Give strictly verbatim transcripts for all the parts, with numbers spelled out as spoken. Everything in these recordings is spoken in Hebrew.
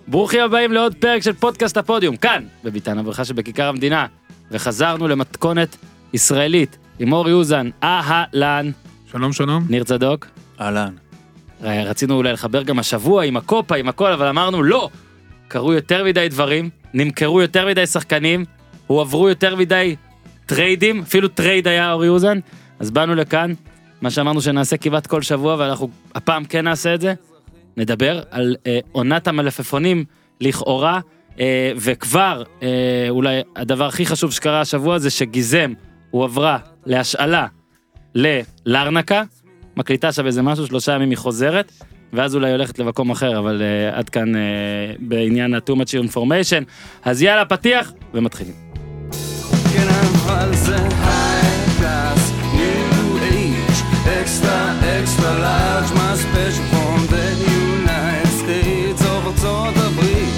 ברוכים הבאים לעוד פרק של פודקאסט הפודיום, כאן, בביתן הברכה שבכיכר המדינה, וחזרנו למתכונת ישראלית, עם אורי אוזן, אהלן. שלום שלום. ניר צדוק. אהלן. רצינו אולי לחבר גם השבוע עם הקופה, עם הכל, אבל אמרנו לא. קרו יותר מדי דברים, נמכרו יותר מדי שחקנים, הועברו יותר מדי טריידים, אפילו טרייד היה אורי אוזן, אז באנו לכאן, מה שאמרנו שנעשה כמעט כל שבוע, ואנחנו הפעם כן נעשה את זה, נדבר על אה, עונת המלפפונים לכאורה, אה, וכבר אה, אולי הדבר הכי חשוב שקרה השבוע זה שגיזם הועברה להשאלה ללרנקה, מקליטה שם איזה משהו, שלושה ימים היא חוזרת, ואז אולי הולכת למקום אחר, אבל uh, עד כאן uh, בעניין ה-too much information, אז יאללה, פתיח, ומתחילים. כן, אבל זה high class, new age, extra, extra large, my special from the United States of ארצות הברית.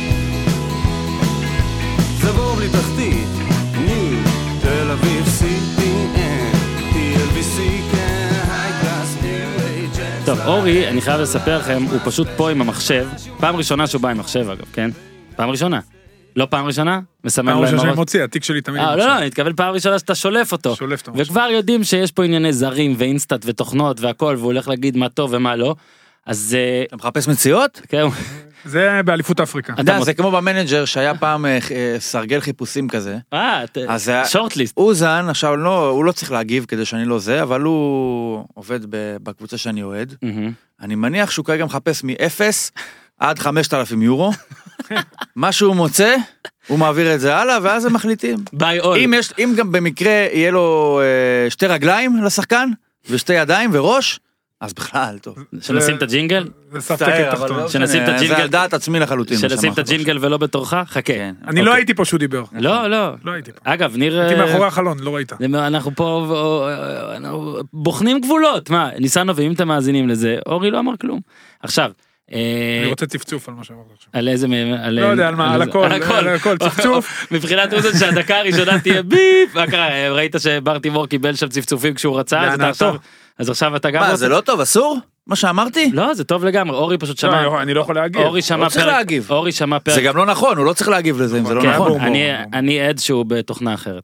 זה בור בלי תחתית, new, תל אביב, סי פי אן, טי אל בי סי, כן, high class, new age. טוב, אורי, אני חייב לספר לכם, הוא פשוט פה עם המחשב, פעם ראשונה שהוא בא עם מחשב אגב, כן? פעם ראשונה. לא פעם ראשונה? פעם ראשונה שאני מוציא, התיק שלי תמיד. אה, לא, לא, אני מתכוון פעם ראשונה שאתה שולף אותו. שולף אותו. וכבר יודעים שיש פה ענייני זרים ואינסטאט ותוכנות והכל, והוא הולך להגיד מה טוב ומה לא. אז... אתה מחפש מציאות? כן. זה באליפות אפריקה. אתה יודע, זה כמו במנג'ר שהיה פעם סרגל חיפושים כזה. אה, שורטליסט. אוזן, עכשיו הוא לא צריך להגיב כדי שאני לא זה, אבל הוא עובד בקבוצה שאני אוהד. אני מניח שהוא כרגע מחפש מ-אפס עד חמשת אלפים יורו. מה שהוא מוצא, הוא מעביר את זה הלאה, ואז הם מחליטים. ביי אול. אם, יש, אם גם במקרה יהיה לו אה, שתי רגליים לשחקן, ושתי ידיים וראש, אז בכלל, טוב. שנשים את הג'ינגל? זה סף תקן תחתון. שנשים את הג'ינגל. זה על דעת עצמי לחלוטין. שנשים את הג'ינגל ולא בתורך? חכה. אני לא הייתי פה שהוא דיבר. לא, לא. לא הייתי פה. אגב, ניר... הייתי מאחורי החלון, לא ראית. אנחנו פה בוחנים גבולות. מה, ניסנו, ואם אתם מאזינים לזה, אורי לא אמר כלום. עכשיו, אני רוצה צפצוף על מה שאמרת עכשיו. על איזה מהם? לא יודע, על מה, על הכל, על הכל, צפצוף. מבחינת אוזן שהדקה הראשונה תהיה ביפ, מה קרה, ראית שברטימור קיבל שם צפצופים כשהוא רצה, אז עכשיו אתה גם... מה, זה לא טוב, אסור? מה שאמרתי? לא, זה טוב לגמרי, אורי פשוט שמע... לא, אני לא יכול להגיב. אורי שמע פרק... אורי שמע פרק... זה גם לא נכון, הוא לא צריך להגיב לזה אם זה לא נכון. אני עד שהוא בתוכנה אחרת.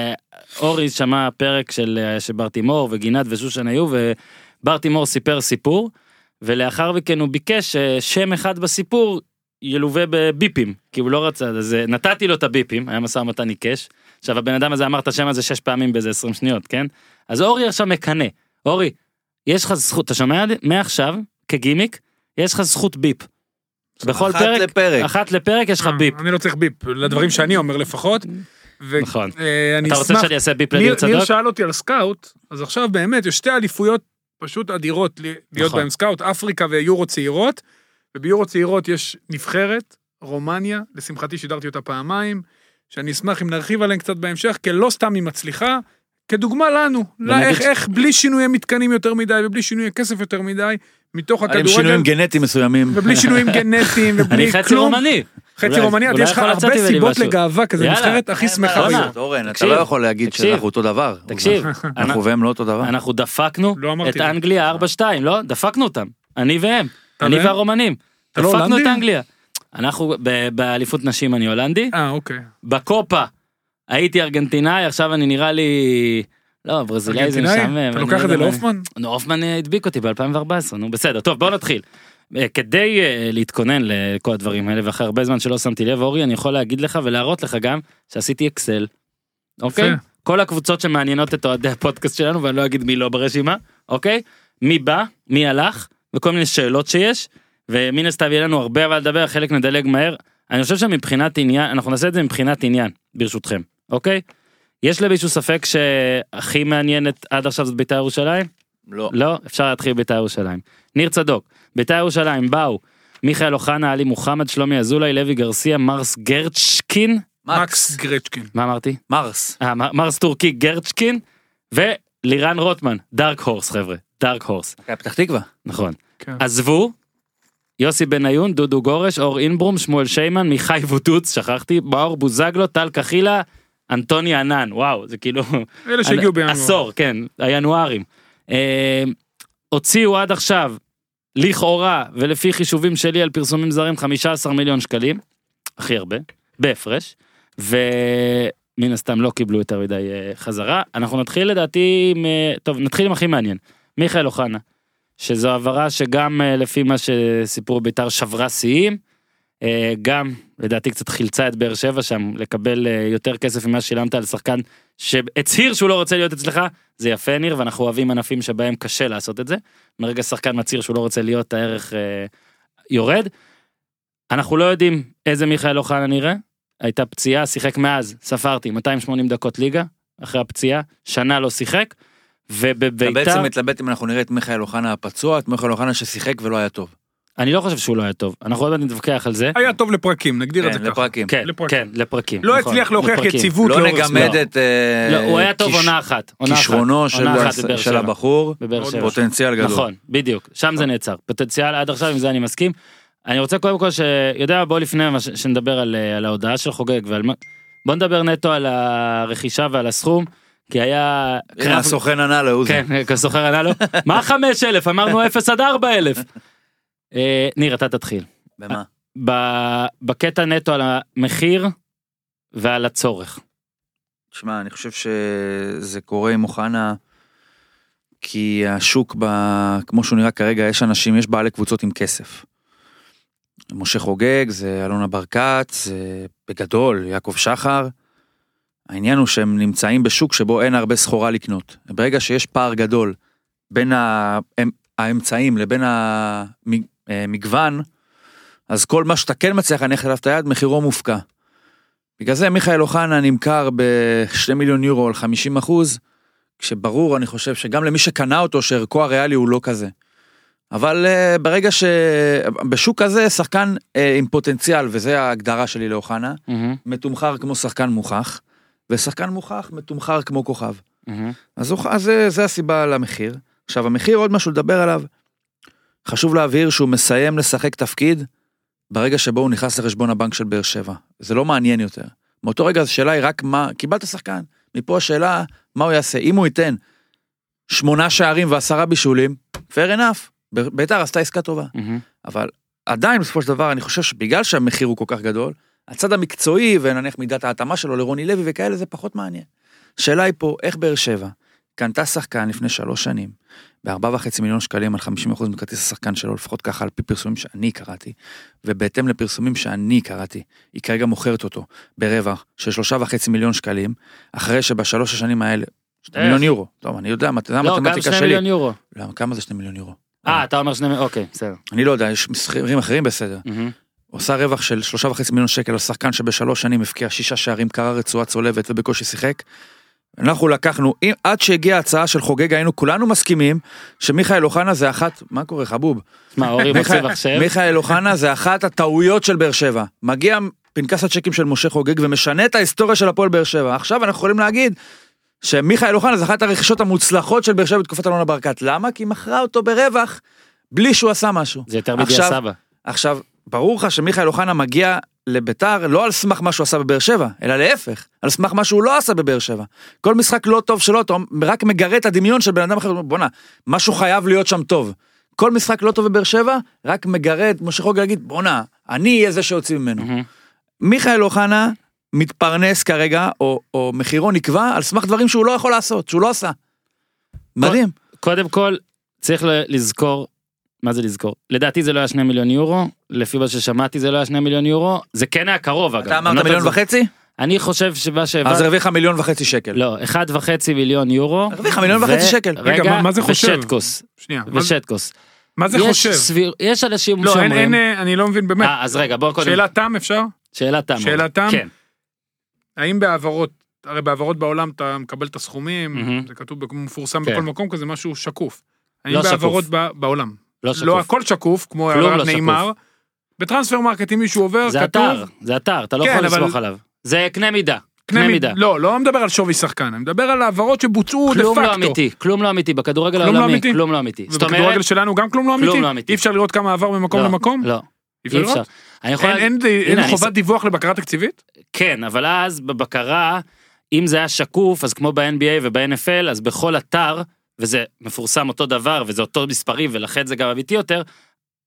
אורי שמע פרק של ברטימור וגינת ושושן היו, וברטימור סיפר סיפור, ולאחר מכן הוא ביקש שם אחד בסיפור ילווה בביפים, כי הוא לא רצה, אז נתתי לו את הביפים, היה מסע ומתן עיקש, עכשיו הבן אדם הזה אמר את השם הזה שש פעמים באיזה עשרים שניות, כן? אז אורי עכשיו מקנה, אורי, יש לך זכות, אתה שומע? מעכשיו, כגימיק, יש לך זכות ביפ. בכל פרק, לפרק. אחת לפרק יש לך ביפ. אני לא צריך ביפ, לדברים שאני אומר לפחות. נכון. אתה רוצה שאני אעשה ביפ לניר צדוק? ניר שאל אותי על סקאוט, אז עכשיו באמת יש שתי אליפויות פשוט אדירות להיות בהם סקאוט, אפריקה ויורו צעירות, וביורו צעירות יש נבחרת, רומניה, לשמחתי שידרתי אותה פעמיים, שאני אשמח אם נרחיב עליהם קצת בהמשך, כי לא סתם היא מצליחה, כדוגמה לנו, איך, איך בלי שינויי מתקנים יותר מדי, ובלי שינויי כסף יותר מדי, מתוך הכדורגל. עם שינויים גנטיים מסוימים. ובלי שינויים גנטיים, ובלי כלום. אני חצי רומני. חצי רומני, יש לך הרבה סיבות לגאווה, כזה נבחרת הכי שמחה ביום. אורן, אתה לא יכול להגיד שאנחנו אותו דבר. תקשיב. אנחנו והם לא אותו דבר. אנחנו דפקנו את אנגליה ארבע שתיים, לא? דפקנו אותם. אני והם. אני והרומנים. דפקנו את אנגליה. אנחנו באליפות נשים אני הולנדי. אה, אוקיי. בקופה הייתי ארגנטינאי, עכשיו אני נראה לי... לא, ברזילאי זה משם... אתה לוקח את זה לאופמן? אופמן הדביק אותי ב-אלפיים וארבע עשרה, נו בסדר. טוב, בואו נתחיל. כדי להתכונן לכל הדברים האלה, ואחרי הרבה זמן שלא שמתי לב, אורי, אני יכול להגיד לך ולהראות לך גם שעשיתי אקסל. אוקיי? כל הקבוצות שמעניינות את אוהדי הפודקאסט שלנו, ואני לא אגיד מי לא ברשימה, אוקיי? מי בא, מי הלך, וכל מיני שאלות שיש, ומן הסתם יהיה לנו הרבה אבל לדבר, חלק נדלג מהר. אני חושב שמבחינת עניין, אנחנו נעשה את זה מבחינת עניין, ברשותכם, אוקיי? יש למישהו ספק שהכי מעניינת עד עכשיו זאת בית"ר ירושלים? לא. לא, אפשר להתחיל בית"ר ירושלים. ניר צדוק, בית"ר ירושלים באו, מיכאל אוחנה, עלי מוחמד, שלומי אזולאי, לוי גרסיה, מרס גרצ'קין. מקס גרצ'קין. מה אמרתי? מרס. אה, מרס טורקי גרצ'קין, ולירן רוטמן, דארק הורס חבר'ה, דארק הורס. פתח תקווה. נכון. עזבו, יוסי בניון, דודו גורש, אור אינברום, שמואל שיימן, מיכאי וודוץ, שכחתי, באור בוזגלו, טל כחילה, אנטוני ענן, וואו, זה כאילו... אלה שהגיעו בינואר. עשור, כן, הינוארים. הוציאו עד עכשיו לכאורה, ולפי חישובים שלי על פרסומים זרים, חמישה עשר מיליון שקלים, הכי הרבה, בהפרש, ומן הסתם לא קיבלו יותר מדי חזרה. אנחנו נתחיל לדעתי, עם, טוב, נתחיל עם הכי מעניין, מיכאל אוחנה, שזו העברה שגם לפי מה שסיפור בית"ר שברה שיאים, גם לדעתי קצת חילצה את באר שבע שם, לקבל יותר כסף ממה שילמת על שחקן שהצהיר שהוא לא רוצה להיות אצלך, זה יפה ניר, ואנחנו אוהבים ענפים שבהם קשה לעשות את זה, מרגע שחקן מצהיר שהוא לא רוצה להיות, הערך אה, יורד. אנחנו לא יודעים איזה מיכאל אוחנה נראה, הייתה פציעה, שיחק מאז, ספרתי, מאתיים ושמונים דקות ליגה, אחרי הפציעה, שנה לא שיחק, ובביתר... אתה בעצם מתלבט אם אנחנו נראה את מיכאל אוחנה הפצוע, את מיכאל אוחנה ששיחק ולא היה טוב. אני לא חושב שהוא לא היה טוב, אנחנו עוד מעט נתווכח על זה. היה טוב לפרקים, נגדיר את זה כן, ככה. לפרקים. כן, לפרקים. כן, לפרקים. לא נכון, הצליח להוכיח לפרקים. יציבות לא לאורך זמן. נגמד את לא, הוא היה טוב כיש- עונה אחת. עונה אחת. כישרונו של עונה אחת הס- בבאר של שבע. הבחור, בבאר שבע. פוטנציאל גדול. נכון, בדיוק, שם זה נעצר. פוטנציאל עד עכשיו, עם זה אני מסכים. אני רוצה קודם כל שיודע, בוא לפני מה ש- שנדבר על, על ההודעה של חוגג, ועל מה... בוא נדבר נטו על הרכישה ועל הסכום, כי היה... הנה הסוכן ענה לו, עוזי. כן, כסוחר ענה לו, מה חמש אלף? אמרנו אפס עד ארבע אלף. אה, ניר, אתה תתחיל. במה? ב- בקטע נטו על המחיר ועל הצורך. תשמע, אני חושב שזה קורה עם אוחנה, כי השוק, ב... כמו שהוא נראה כרגע, יש אנשים, יש בעלי קבוצות עם כסף. משה חוגג, זה אלונה ברקת, זה בגדול, יעקב שחר. העניין הוא שהם נמצאים בשוק שבו אין הרבה סחורה לקנות. ברגע שיש פער גדול בין האמצעים לבין המגוון, אז כל מה שאתה כן מצליח להניח אליו את היד, מחירו מופקע. בגלל זה מיכאל אוחנה נמכר בשני מיליון יורו על חמישים אחוז, כשברור אני חושב שגם למי שקנה אותו שערכו הריאלי הוא לא כזה. אבל uh, ברגע שבשוק הזה שחקן uh, עם פוטנציאל, וזה ההגדרה שלי לאוחנה, Mm-hmm, מתומחר כמו שחקן מוכח, ושחקן מוכח מתומחר כמו כוכב. mm-hmm. אז, אוח- אז זה, זה הסיבה למחיר. עכשיו המחיר עוד משהו לדבר עליו, חשוב להבהיר שהוא מסיים לשחק תפקיד, ברגע שבו הוא נכנס לחשבון הבנק של באר שבע. זה לא מעניין יותר. מאותו רגע השאלה היא רק מה, קיבלת שחקן, מפה השאלה מה הוא יעשה, אם הוא ייתן שמונה שערים ועשרה בישולים, fair enough, בית"ר עשתה עסקה טובה. Mm-hmm. אבל עדיין בסופו של דבר אני חושב שבגלל שהמחיר הוא כל כך גדול, הצד המקצועי ונניח מידת ההתאמה שלו לרוני לוי וכאלה זה פחות מעניין. השאלה היא פה, איך באר שבע קנתה שחקן לפני שלוש שנים, בארבע וחצי מיליון שקלים על חמישים אחוז מכרטיס השחקן שלו, לפחות ככה על פי פרסומים שאני קראתי, ובהתאם לפרסומים שאני קראתי, היא כרגע מוכרת אותו ברווח של שלושה וחצי מיליון שקלים, אחרי שבשלוש השנים האלה, שני מיליון יורו, טוב אני יודע, זה לא, גם המתמטיקה שני שלי. מיליון יורו. למה, כמה זה שני מיליון יורו? אה, אתה אומר שני מיליון, אוקיי, בסדר. אני לא יודע, יש מסחרים אחרים בסדר. Mm-hmm. עושה רווח של שלושה וחצי מיליון שקל על שחקן שבשלוש שנים הפקיע שישה שערים, קרא רצועה צולבת ובקושי שיחק. אנחנו לקחנו, עד שהגיעה ההצעה של חוגג, היינו כולנו מסכימים שמיכאל אוחנה זה אחת, מה קורה חבוב? מה, אורי מציב עכשיו? מיכאל אוחנה זה אחת הטעויות של באר שבע. מגיע פנקס הצ'קים של משה חוגג ומשנה את ההיסטוריה של הפועל באר שבע. עכשיו אנחנו יכולים להגיד שמיכאל אוחנה זה אחת הרכישות המוצלחות של באר שבע בתקופת אלונה ברקת. למה? כי היא מכרה אותו ברווח בלי שהוא עשה משהו. זה יותר מדיה סבא. עכשיו, ברור לך שמיכאל אוחנה מגיע לביתר לא על סמך מה שהוא עשה בבאר שבע, אלא להפך, על סמך מה שהוא לא עשה בבאר שבע. כל משחק לא טוב שלו, אתה רק מגרה את הדמיון של בן אדם אחר, בוא'נה, משהו חייב להיות שם טוב. כל משחק לא טוב בבאר שבע, רק מגרה את משה חוגג להגיד, בוא'נה, אני אהיה זה שהוציא ממנו. Mm-hmm. מיכאל אוחנה מתפרנס כרגע, או, או מחירו נקבע, על סמך דברים שהוא לא יכול לעשות, שהוא לא עשה. מדהים. קודם כל, צריך לזכור, מה זה לזכור? לדעתי זה לא היה שני מיליון יורו, לפי מה ששמעתי זה לא היה שני מיליון יורו, זה כן היה קרוב אגב. אתה אמרת מיליון וחצי? אני חושב שמה שהבאת... אז הרוויחה מיליון וחצי שקל. לא, אחד וחצי מיליון יורו. הרוויחה מיליון וחצי שקל. רגע, מה זה חושב? ושטקוס. שנייה. ושטקוס. מה זה חושב? יש אנשים לא, שאומרים... אני לא מבין באמת. אז רגע, בוא קודם... שאלת תם אפשר? שאלת תם. שאלת תם? כן. האם בעברות, הרי בעברות בעולם אתה מקבל את הסכומים, זה כתוב מפורסם בכל מקום כזה, משהו שקוף. האם בעברות בעולם? לא שקוף. לא הכל שקוף, כמו העברת נאמר. בטרנספר מרקטים מישהו עובר, זה אתר, זה אתר, אתה לא יכול לסמוך עליו. זה קנה מידה. קנה מידה. לא, לא מדבר על שווי שחקן, אני מדבר על העברות שבוצעו דה פקטו. כלום לא אמיתי, כלום לא אמיתי, בכדורגל העולמי, כלום לא אמיתי. ובכדורגל שלנו גם כלום לא אמיתי? כלום לא אמיתי. אי אפשר לראות כמה עבר ממקום למקום? לא. אי אפשר. אין חובת דיווח לבקרה תקציבית? כן, אבל אז בבקרה, אם זה היה שקוף, אז כמו ב-אן בי איי וב-אן אף אל, אז בכל אתר, וזה מפורסם אותו דבר, וזה אותו מספרים, ולכן זה גם אמיתי יותר,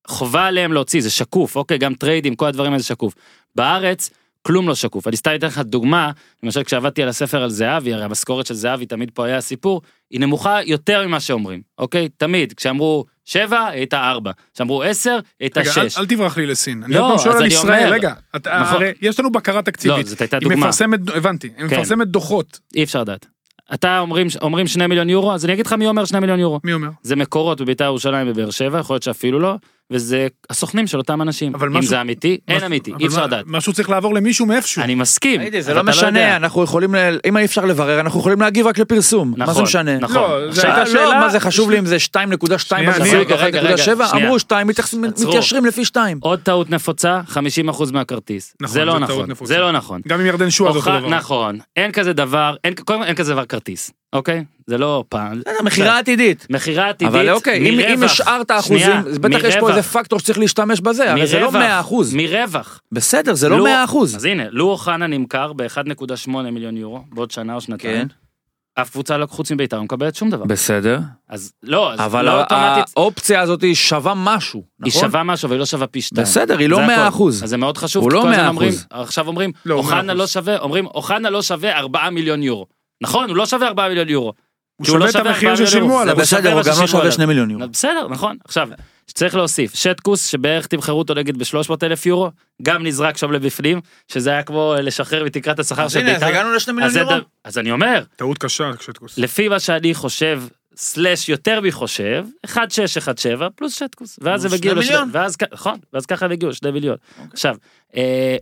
חובה עליהם להוציא, זה שקוף, אוקיי, גם טריידים, כל הדברים האלה שקוף. בארץ, כלום לא שקוף. אני סתם אתן לך דוגמה, למשל כשעבדתי על הספר על זהבי, הרי המשכורת של זהבי תמיד פה היה הסיפור, היא נמוכה יותר ממה שאומרים, אוקיי? תמיד, כשאמרו שבע, הייתה ארבע, כשאמרו עשר, הייתה שש. רגע, אל תברח לי לסין. אני לא, עוד פעם שואל אז על אני ישראל, אומר- רגע, אתה- נכון. הרי יש לנו בקרה תקציבית. לא, זאת הייתה היא דוגמה. מפרסמת, הבנתי, היא כן. מפרסמת דוחות. אי אפשר לדעת. אתה אומרים, אומרים שני מיליון יורו, אז אני אגיד לך מי אומר שני מיליון יורו. מי אומר? זה מקורות בביתר ירושלים בבאר שבע, יכול להיות שאפילו לא, וזה הסוכנים של אותם אנשים. אבל אם משהו- זה אמיתי, אין משהו- אמיתי, אבל אי אפשר מה- לדעת. משהו צריך לעבור למישהו מאיפשהו. אני מסכים. הייתי, זה אבל לא אתה יודע. משנה, אנחנו יכולים, ל- אם אי אפשר לברר, אנחנו יכולים להגיב רק לפרסום. מה זה נכון, משנה? נכון. לא, זה עכשיו- הייתה אה, שאלה- לא, מה זה חשוב לי אם זה שתיים נקודה שתיים שנייה, במחזיק, רגע, רגע, אחת נקודה שבע, שנייה. אמרו שתיים, מתייחסים- עצרו. מתיישרים לפי שתיים. עוד טעות נפוצה, חמישים אחוז מהכרטיס. נכון, זה לא זה טעות נכון, נפוצה. זה לא נכון. גם עם ירדן שועה זה אותו אוכל- דבר. נכון, אין כזה דבר, אין, קודם כל אין כזה דבר כרטיס, אוקיי? זה לא פעם. בסדר, מכירה עתידית. מכירה עתידית, אבל אוקיי, אם- אם מרווח. השארת אחוזים, שנייה, אז בטח יש פה מרווח. איזה פקטור שצריך להשתמש בזה, אבל זה לא מרווח, מאה אחוז. מרווח. בסדר, זה לא לו- מאה אחוז. אז הנה, לו אוחנה נמכר ב-אחד נקודה שמונה מיליון יורו, בעוד שנה או שנתיים. כן. אף קבוצה לא חוץ מביתר, לא מקבלת שום דבר. בסדר. אז לא, אז אבל לא ה- אוטומטית, האופציה הזאת היא שווה משהו, היא נכון? שווה משהו, אבל היא לא שווה פי שתיים. בסדר, היא לא זה הכל. מאה אחוז. אז זה מאוד חשוב, הוא כי לא כל הזמן מאה אומרים, אחוז. עכשיו אומרים, לא, הוא מאה אוחנה אחוז. לא שווה, אומרים, אוחנה לא שווה ארבעה מיליון יורו. נכון, הוא לא שווה ארבעה מיליון יורו. הוא כי הוא לא שווה את שווה המחיר ארבעה ששילמו מיליון עליו. יורו. זה בסדר, הוא מה גם לא ששילמו שווה עליו. שני מיליון יורו. בסדר, נכון. עכשיו, צריך להוסיף, שטקוס שבערך תמכרו אותו נגיד ב-שלוש מאות אלף יורו, גם נזרק שם לבפנים, שזה היה כמו לשחרר מתקרת השכר אז של הנה, אז ביתר. הגענו לשני מיליון אז זה יורו. ד- אז אני אומר, טעות קשה כשתקוס. לפי מה שאני חושב, סלש יותר מחושב, אחד שש אחד שבע פלוס שטקוס, ואז נו, הם הגיעו שני לשני, מיליון. ואז, כ- נכון, ואז ככה הם הגיעו, שני מיליון. עכשיו, אה,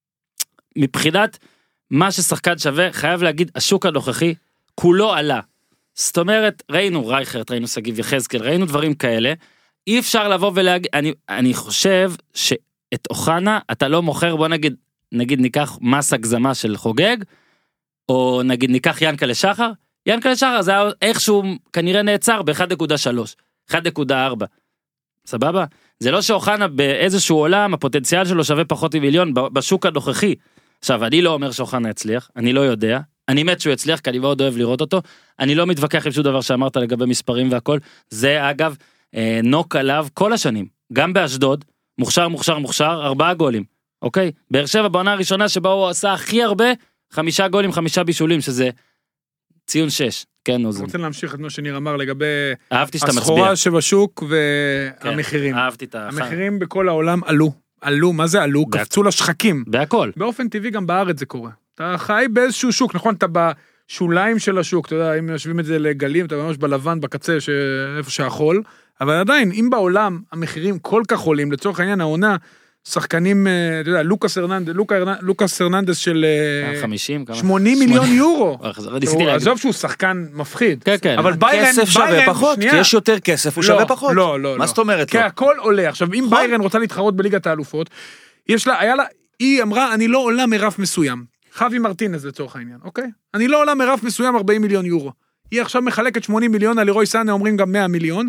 מבחינת מה ששחקן שווה, חייב להגיד, השוק הנוכחי, כולו עלה. זאת אומרת, ראינו רייכרט, ראינו סגיב יחזקאל, ראינו דברים כאלה, אי אפשר לבוא ולהגיד, אני, אני חושב שאת אוחנה, אתה לא מוכר, בוא נגיד, נגיד ניקח מס הגזמה של חוגג, או נגיד ניקח ינקלה שחר, ינקלה שחר זה היה איכשהו כנראה נעצר ב-אחד נקודה שלוש, אחד נקודה ארבע, סבבה? זה לא שאוחנה באיזשהו עולם, הפוטנציאל שלו שווה פחות ממיליון בשוק הנוכחי. עכשיו, אני לא אומר שאוחנה יצליח, אני לא יודע, אני מת שהוא יצליח, כי אני מאוד אוהב לראות אותו, אני לא מתווכח עם שום דבר שאמרת לגבי מספרים והכל, זה אגב אה, נוק עליו כל השנים, גם באשדוד, מוכשר, מוכשר, מוכשר, ארבעה גולים, אוקיי? באר שבע בעונה הראשונה שבה הוא עשה הכי הרבה, חמישה גולים, חמישה בישולים, שזה ציון שש, כן, אני אוזן. רוצה להמשיך את מה שניר אמר לגבי אהבתי שאתה מצביע. הסחורה שבשוק כן, והמחירים. אהבתי את ה... המחירים בכל העולם עלו. עלו, מה זה עלו? בהכל. קפצו לשחקים. בהכל. באופן טבעי גם בארץ זה קורה. אתה חי באיזשהו שוק, נכון? אתה בשוליים של השוק, אתה יודע, אם משווים את זה לגלים, אתה ממש בלבן, בקצה, איפה שהחול, אבל עדיין, אם בעולם המחירים כל כך עולים, לצורך העניין העונה, שחקנים, אתה יודע, לוקאס הרננדס, לוקאס הרננדס של חמישים, כמה? שמונים מיליון יורו. ניסיתי להגיד. עזוב שהוא שחקן מפחיד. כן, כן. אבל ביירן, כסף שווה ביירן, פחות, שנייה. כי יש יותר כסף, הוא לא, שווה פחות. לא, לא, מה לא. זאת אומרת כי לא? הכל עולה. עכשיו, אם ביירן רוצה להתחרות בליגת האלופות, יש לה, היה לה, היא אמרה, אני לא עולה מרף מסוים. חווי מרטינז לצורך העניין, אוקיי? אני לא עולה מרף מסוים ארבעים מיליון יורו. היא עכשיו מחלקת שמונים מיליון, על לירוי סאנה אומרים גם מאה מיליון.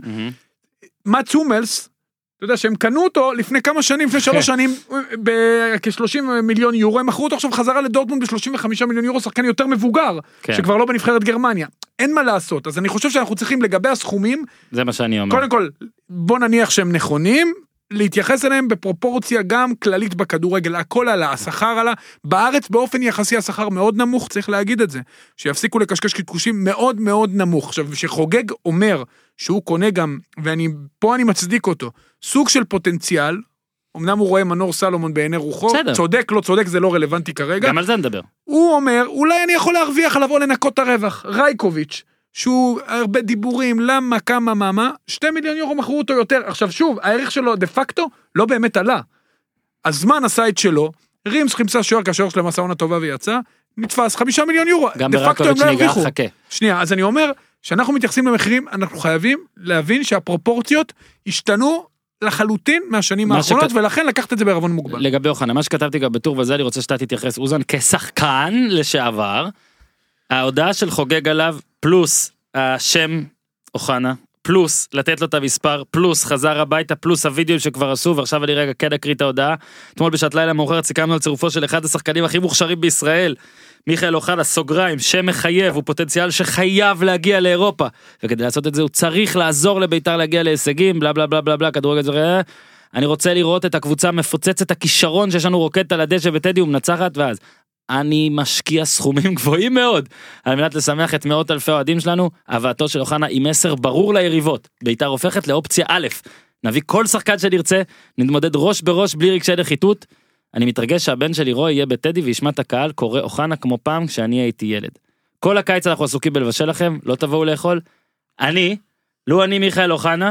מאט הומלס, אתה יודע שהם קנו אותו לפני כמה שנים, לפני שלוש שנים, בכ-שלושים מיליון יורו, הם מכרו אותו עכשיו חזרה לדורטמונד ב-שלושים וחמישה מיליון יורו, שחקן יותר מבוגר, כן. שכבר לא בנבחרת גרמניה. אין מה לעשות, אז אני חושב שאנחנו צריכים לגבי הסכומים, זה מה שאני אומר. קודם כל, בוא נניח שהם נכונים, להתייחס אליהם בפרופורציה גם כללית בכדורגל, הכל עלה, השכר עלה, בארץ באופן יחסי השכר מאוד נמוך, צריך להגיד את זה, שיפסיקו לקשקש קשקושים מאוד מאוד נמוך. עכשיו, שחוגג אומר שהוא קונה גם, ופה אני מצדיק אותו, סוג של פוטנציאל, אמנם הוא רואה מנור סלומון בעיני רוחו, בסדר. צודק, לא צודק, זה לא רלוונטי כרגע, גם על זה נדבר. הוא אומר, אולי אני יכול להרוויח עליו או לנקות את הרווח, רייקוביץ', שהוא הרבה דיבורים, למה, כמה, מה, מה, שתי מיליון יורו מכרו אותו יותר. עכשיו שוב, הערך שלו דה פקטו לא באמת עלה. הזמן עשה את שלו, רימס חימסה שוער, כשהשוער שלהם עשה עונה טובה ויצא, נתפס חמישה מיליון יורו. גם דה פקטו הם ברקוביץ' לא ניגע, הרוויחו. חכה. שנייה, אז אני אומר, שאנחנו מתייחסים למחירים, אנחנו חייבים להבין שהפרופורציות השתנו לחלוטין מהשנים מה האחרונות, שכ- ולכן לקחת את זה בערבון מוגבל. לגבי אוחנה, מה שכתבתי גם בטור וזה, אני רוצה שאתה תתייחס, אוזן, כשחקן לשעבר, ההודעה של חוגג עליו, פלוס השם אוחנה, פלוס לתת לו את המספר, פלוס חזר הביתה, פלוס הוידאו שכבר עשו, ועכשיו אני רגע כן אקריא את ההודעה. אתמול בשעת לילה מאוחרת סיכמנו על צירופו של אחד השחקנים הכי מוכשרים בישראל, מיכאל אוחנה, סוגריים, שם מחייב, הוא פוטנציאל שחייב להגיע לאירופה, וכדי לעשות את זה הוא צריך לעזור לביתר להגיע להישגים, בלה בלה בלה בלה בלה, כדורגל זה, אני רוצה לראות את הקבוצה מפוצצת הכישרון שיש לנו רוקט על הדשא וטדי ומנצחת, ואז אני משקיע סכומים גבוהים מאוד, על מנת לשמח את מאות אלפי אוהדים שלנו. הבאתו של אוחנה עם מסר ברור ליריבות, בית"ר הופכת לאופציה א', נביא כל שחקן שנרצה, נתמודד ראש בראש בלי רגשי נחיתות. אני מתרגש שהבן שלי רוי יהיה בטדי וישמע את הקהל קורא אוחנה כמו פעם כשאני הייתי ילד. כל הקיץ אנחנו עסוקים בלבשל לכם, לא תבואו לאכול. אני, לו אני מיכאל אוחנה,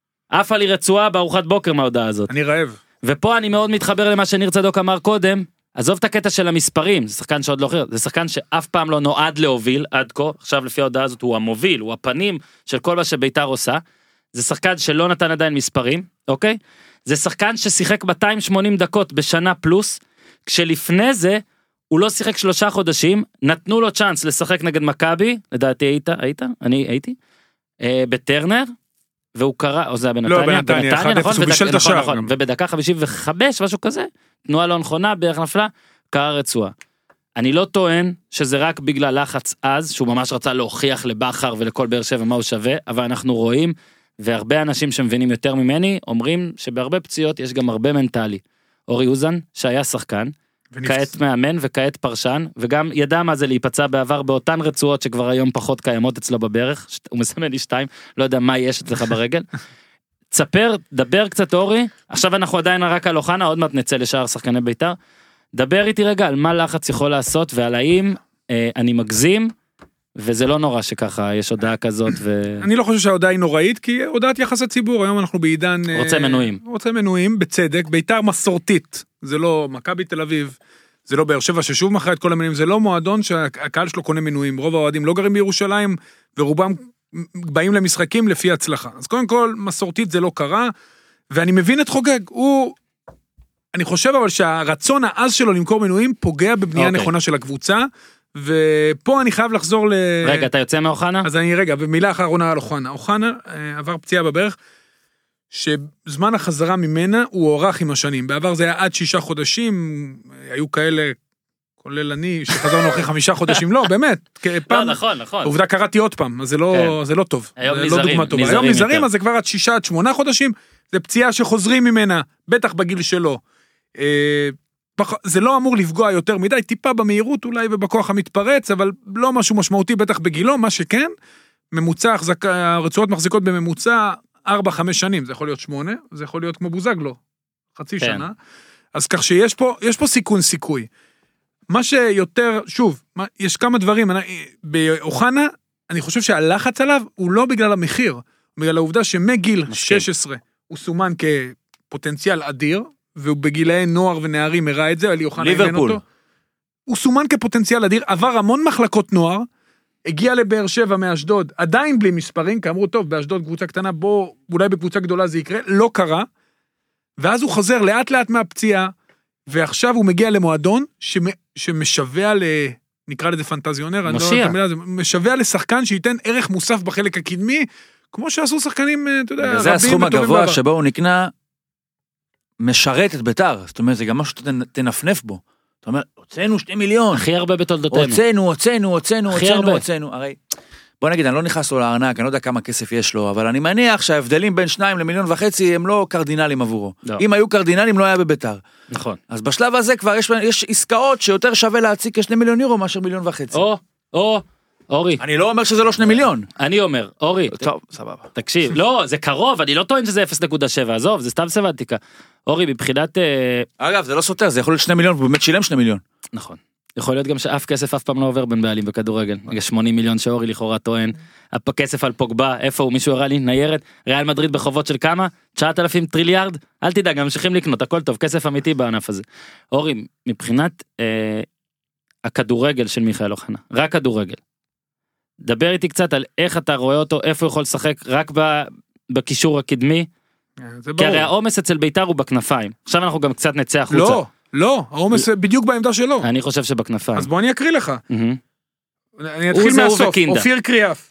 אף עלי רצועה בארוחת בוקר מההודעה הזאת. אני רעב. ופה אני מאוד מתחבר למה שניר צדוק אמר קודם, עזוב את הקטע של המספרים, זה שחקן שעוד לא אחר, זה שחקן שאף פעם לא נועד להוביל עד כה, עכשיו לפי ההודעה הזאת הוא המוביל, הוא הפנים של כל מה שבית"ר עושה, זה שחקן שלא נתן עדיין מספרים, אוקיי? זה שחקן ששיחק מאתיים ושמונים דקות בשנה פלוס, כשלפני זה הוא לא שיחק שלושה חודשים, נתנו לו צ'אנס לשחק נגד מכבי, לדעתי היית, היית? אני הייתי, אה, בטרנר, והוא קרא, או זה היה בנתניה, לא, בנתניה, אחד אפס, הוא בישל את השער. ובדקה חמישים וחמש, משהו כזה, תנועה לא נכונה, בערך נפלה, קרא רצועה. אני לא טוען שזה רק בגלל לחץ אז, שהוא ממש רצה להוכיח לבחר ולכל באר שבע מה הוא שווה, אבל אנחנו רואים, והרבה אנשים שמבינים יותר ממני, אומרים שבהרבה פציעות יש גם הרבה מנטלי. אורי אוזן, שהיה שחקן, כעת מאמן וכעת פרשן, וגם ידע מה זה להיפצע בעבר באותן רצועות שכבר היום פחות קיימות אצלו בברך, הוא מסמן לי שתיים, לא יודע מה יש אצלך ברגל. תספר, דבר קצת אורי, עכשיו אנחנו עדיין רק על אוחנה, עוד מעט נצא לשאר שחקני בית"ר, דבר איתי רגע על מה לחץ יכול לעשות, ועל האם אה, אני מגזים, וזה לא נורא שככה יש הודעה כזאת. ו... אני לא חושב שההודעה היא נוראית, כי הודעת יחס הציבור, היום אנחנו בעידן... רוצה מנויים. רוצה מנויים, בצדק, בית"ר מסורתית, זה לא מכבי תל אביב, זה לא באר שבע ששוב מכרה את כל המנויים, זה לא מועדון שהקהל שלו קונה מנויים, רוב האוהדים לא גרים בירושלים, ורובם באים למשחקים לפי הצלחה. אז קודם כל, מסורתית זה לא קרה, ואני מבין את חוגג, הוא... אני חושב אבל שהרצון העז שלו למכור מנויים פוגע בבנייה okay. נכונה של הקבוצה, ופה אני חייב לחזור ל... רגע, אתה יוצא מאוחנה? אז אני רגע, במילה אחרונה על אוחנה. אוחנה עבר פציעה בברך, שזמן החזרה ממנה הוא הוארך עם השנים. בעבר זה היה עד שישה חודשים, היו כאלה, כולל אני, שחזרנו אחרי חמישה חודשים. לא, באמת. לא, נכון, נכון. עובדה קראתי עוד פעם, אז זה לא, זה לא טוב. היום נזרים. היום נזרים, אז זה כבר עד שישה עד שמונה חודשים. זה פציעה שחוזרים ממנה, בטח בגיל שלו. זה לא אמור לפגוע יותר מדי, טיפה במהירות אולי ובכוח המתפרץ, אבל לא משהו משמעותי בטח בגילו, מה שכן, ממוצע, הרצועות מחזיקות בממוצע ארבע חמש שנים, זה יכול להיות שמונה, זה יכול להיות כמו בוזגלו, חצי כן. שנה, אז כך שיש פה, יש פה סיכון סיכוי. מה שיותר, שוב, מה, יש כמה דברים, אני, באוחנה, אני חושב שהלחץ עליו הוא לא בגלל המחיר, בגלל העובדה שמגיל שש עשרה הוא סומן כפוטנציאל אדיר, והוא בגילאי נוער ונערים הראה את זה, אלי אוחנה אימן אותו. הוא סומן כפוטנציאל אדיר, עבר המון מחלקות נוער, הגיע לבאר שבע מאשדוד, עדיין בלי מספרים, כי אמרו, טוב, באשדוד קבוצה קטנה, בוא, אולי בקבוצה גדולה זה יקרה, לא קרה, ואז הוא חוזר לאט לאט מהפציעה, ועכשיו הוא מגיע למועדון, שמשווה ל... נקרא לזה פנטזיונר, משיע. משווה לשחקן שייתן ערך מוסף בחלק הקדמי, כמו שעשו שחקנים, אתה יודע, רבים. זה הסכום הגבוה שבו הוא נקנה, משרת את בית"ר, זאת אומרת, זה גם משהו שתנפנף בו. זאת אומרת, הוצאנו שני מיליון. הכי הרבה בתולדותינו. הוצאנו, הוצאנו, הוצאנו, הוצאנו, הוצאנו. הרי, בוא נגיד, אני לא נכנס לו לארנק, אני לא יודע כמה כסף יש לו, אבל אני מניח שההבדלים בין שניים למיליון וחצי הם לא קרדינליים עבורו. לא. אם היו קרדינליים, לא היה בבית"ר. נכון. אז בשלב הזה כבר יש, יש עסקאות שיותר שווה להציג כשני מיליון יורו מאשר מיליון וחצי. או, או, אורי. אני לא אומר שזה לא שני מיליון. אני אומר, אורי. טוב, סבבה. תקשיב, לא, זה קרוב, אני לא טוען שזה אפס נקודה שבע, עזוב, זה סתם סבנטיקה. אורי, מבחינת... אגב, זה לא סותר, זה יכול להיות שני מיליון, הוא באמת שילם שני מיליון. נכון. יכול להיות גם שאף כסף אף פעם לא עובר בין בעלים בכדורגל. שמונים מיליון שאורי לכאורה טוען. הכסף על פוגבה, איפה הוא? מישהו הראה לי? ניירת? ריאל מדריד בחובות של כמה? תשעת אלפים טריליארד? אל תדאג, גם ממשיכים לקנות, הכל טוב, כסף אמיתי בענף הזה. אורי, מבחינת אה, הכדורגל של מיכאל אוחנה, רק כדורגל. דבר איתי קצת על איך אתה רואה אותו, איפה הוא יכול לשחק רק ב, בקישור הקדמי. כי הרי העומס אצל בית"ר הוא בכנפיים. עכשיו אנחנו גם קצת נצא החוצה. לא, לא, העומס בדיוק בעמדה שלו. אני חושב שבכנפיים. אז בוא אני אקריא לך. אני אתחיל מהסוף. אופיר קריאף.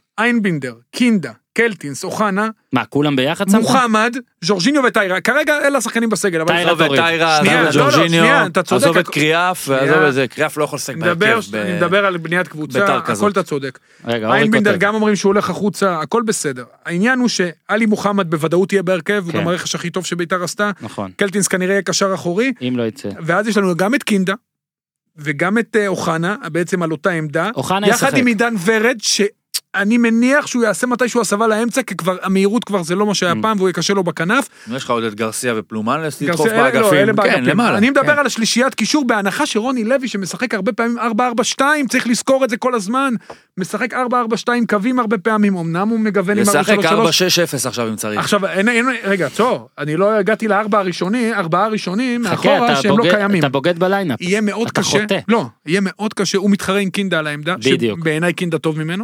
איינבינדר, קינדה, קלטינס, אוחנה, מה, כולם ביחד שמת? מוחמד, ז'ורג'יניו וטיירה, כרגע אלה השחקנים בסגל. טיירה עזוב את טיירה, שנייה, עזוב לא, את לא, ג'ורג'יניו, שנייה, אתה צודק. עזוב את קריאף, ועזוב את זה, קריאף לא יכול לשחק בהרכב. אני מדבר על בניית קבוצה, הכל אתה צודק. איינבינדר גם אומרים שהוא הולך החוצה, הכל בסדר. העניין הוא שאלי מוחמד בוודאות יהיה בהרכב, הוא גם הרכש הכי טוב שביתר עשתה. נכון. קלטינס כנראה יהיה קשר אחורי. אם לא יצא. ואז יש לנו גם את קינדה, וגם את אוחנה, בעצם על אותה עמדה. אוחנה ישחק. יחד עם עידן ורד, שאני מניח שהוא יעשה מתישהו הסבה לאמצע, כי כבר המהירות כבר זה לא מה שהיה פעם, והוא יקשה לו בכנף. יש לך עוד את גרסיה ופלומן לדחוף באגפים. כן, למעלה. אני מדבר על השלישיית קישור, בהנחה שרוני לוי, שמשחק הרבה פעמים ארבע ארבע שתיים, צריך לזכור את זה כל הזמן, משחק ארבע ארבע שתיים קווים הרבה פעמים, אמנם הוא מגוון עם ארבע שלוש שלוש. לשחק ארבע שש אפס עכשיו אם צריך. עכשיו, רגע, צור, אני לא הגעתי לארבע הראשונים, ארבעה הראשונים, מאחורה שהם לא קיימים. אתה בוגד בליינאפ. יהיה מאוד קשה. לא, יהיה מאוד קשה, הוא מתחרה עם קינדה על העמדה, שבעיניי קינדה טוב ממנו.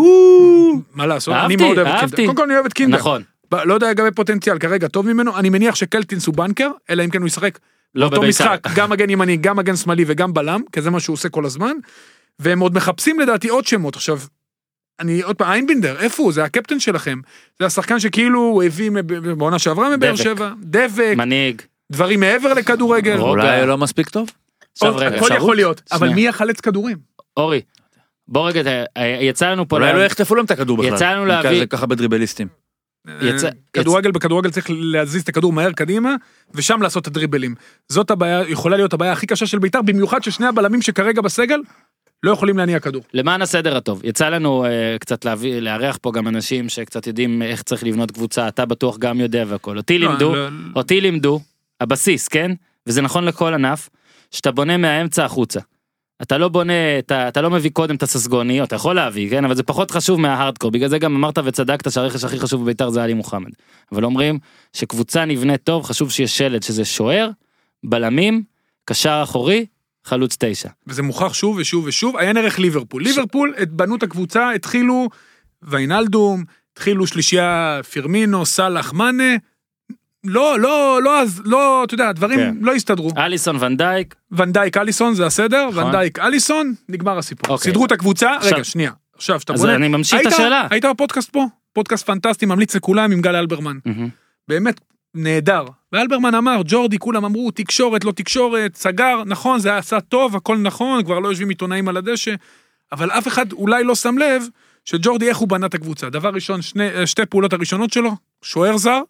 מה לעשות, אני מאוד אוהב את קינדה. קודם כל אני אוהב את קינדה. נכון. לא יודע לגבי פוטנציאל, כרגע טוב ממנו, אני מניח שקלטינס הוא בנקר, אלא אם כן הוא ישחק באותו משחק, גם מגן ימני, גם מגן שמאלי וגם בלם, כי זה מה שהוא עושה כל הזמן, והם עוד מחפשים לדעתי עוד שמות. עכשיו, אני עוד פעם, איינבינדר, איפה הוא? זה הקפטן שלכם. זה השחקן שכאילו הוא הביא בעונה שעברה מבאר שבע, דבק, מנהיג, דברים מעבר לכדורגל. אולי לא מספיק טוב? הכל יכול להיות, אבל מי יחלץ כדורים? אורי, בוא רגע, יצא לנו פה... אולי לא יחטפו להם את הכדור בכלל. יצא לנו להביא... זה ככה בדריבליסטים. כדורגל, בכדורגל צריך להזיז את הכדור מהר קדימה, ושם לעשות את הדריבלים. זאת הבעיה, יכולה להיות הבעיה הכי קשה של ביתר, במיוחד ששני הבלמים שכרגע בסגל, לא יכולים להניע כדור. למען הסדר הטוב, יצא לנו uh, קצת להביא, לארח פה גם אנשים שקצת יודעים איך צריך לבנות קבוצה, אתה בטוח גם יודע והכל. אותי לא, לימדו, לא, אותי לימדו, הבסיס, כן? וזה נכון לכל ענף, שאתה בונה מהאמצע החוצה. אתה לא בונה, אתה, אתה לא מביא קודם את הססגוני, אתה יכול להביא, כן? אבל זה פחות חשוב מההארדקור, בגלל זה גם אמרת וצדקת שהרכש הכי חשוב בביתר זה עלי מוחמד. אבל אומרים שקבוצה נבנית טוב, חשוב שיש שלד, שזה שוער, בלמים, קשר אחורי, חלוץ תשע. וזה מוכח שוב ושוב ושוב, היה נערך ליברפול. ליברפול, את בנות הקבוצה, התחילו ויינלדום, התחילו שלישייה פירמינו, סלח, מנה, לא, לא, לא, אז, לא, אתה יודע, דברים כן. לא הסתדרו. אליסון, ונדייק. ונדייק, אליסון, זה הסדר, נכון. ונדייק, אליסון, נגמר הסיפור. אוקיי. סדרו את הקבוצה, עכשיו, רגע, שנייה, עכשיו, שאתה בונה. אז אני ממשיך את השאלה. היית בפודקאסט פה, פודקאסט פנטסטי, ממליץ לכולם עם גל אלברמן. Mm-hmm. באמת נהדר. ואלברמן אמר, ג'ורדי, כולם אמרו, תקשורת, לא תקשורת, סגר, נכון, זה עשה טוב, הכל נכון, כבר לא יושבים עיתונאים על הדשא, אבל אף אחד אולי לא שם לב, שג'ורדי איך הוא בנה את הקבוצה. דבר ראשון, שני, שתי פעולות הראשונות שלו, שוער זר,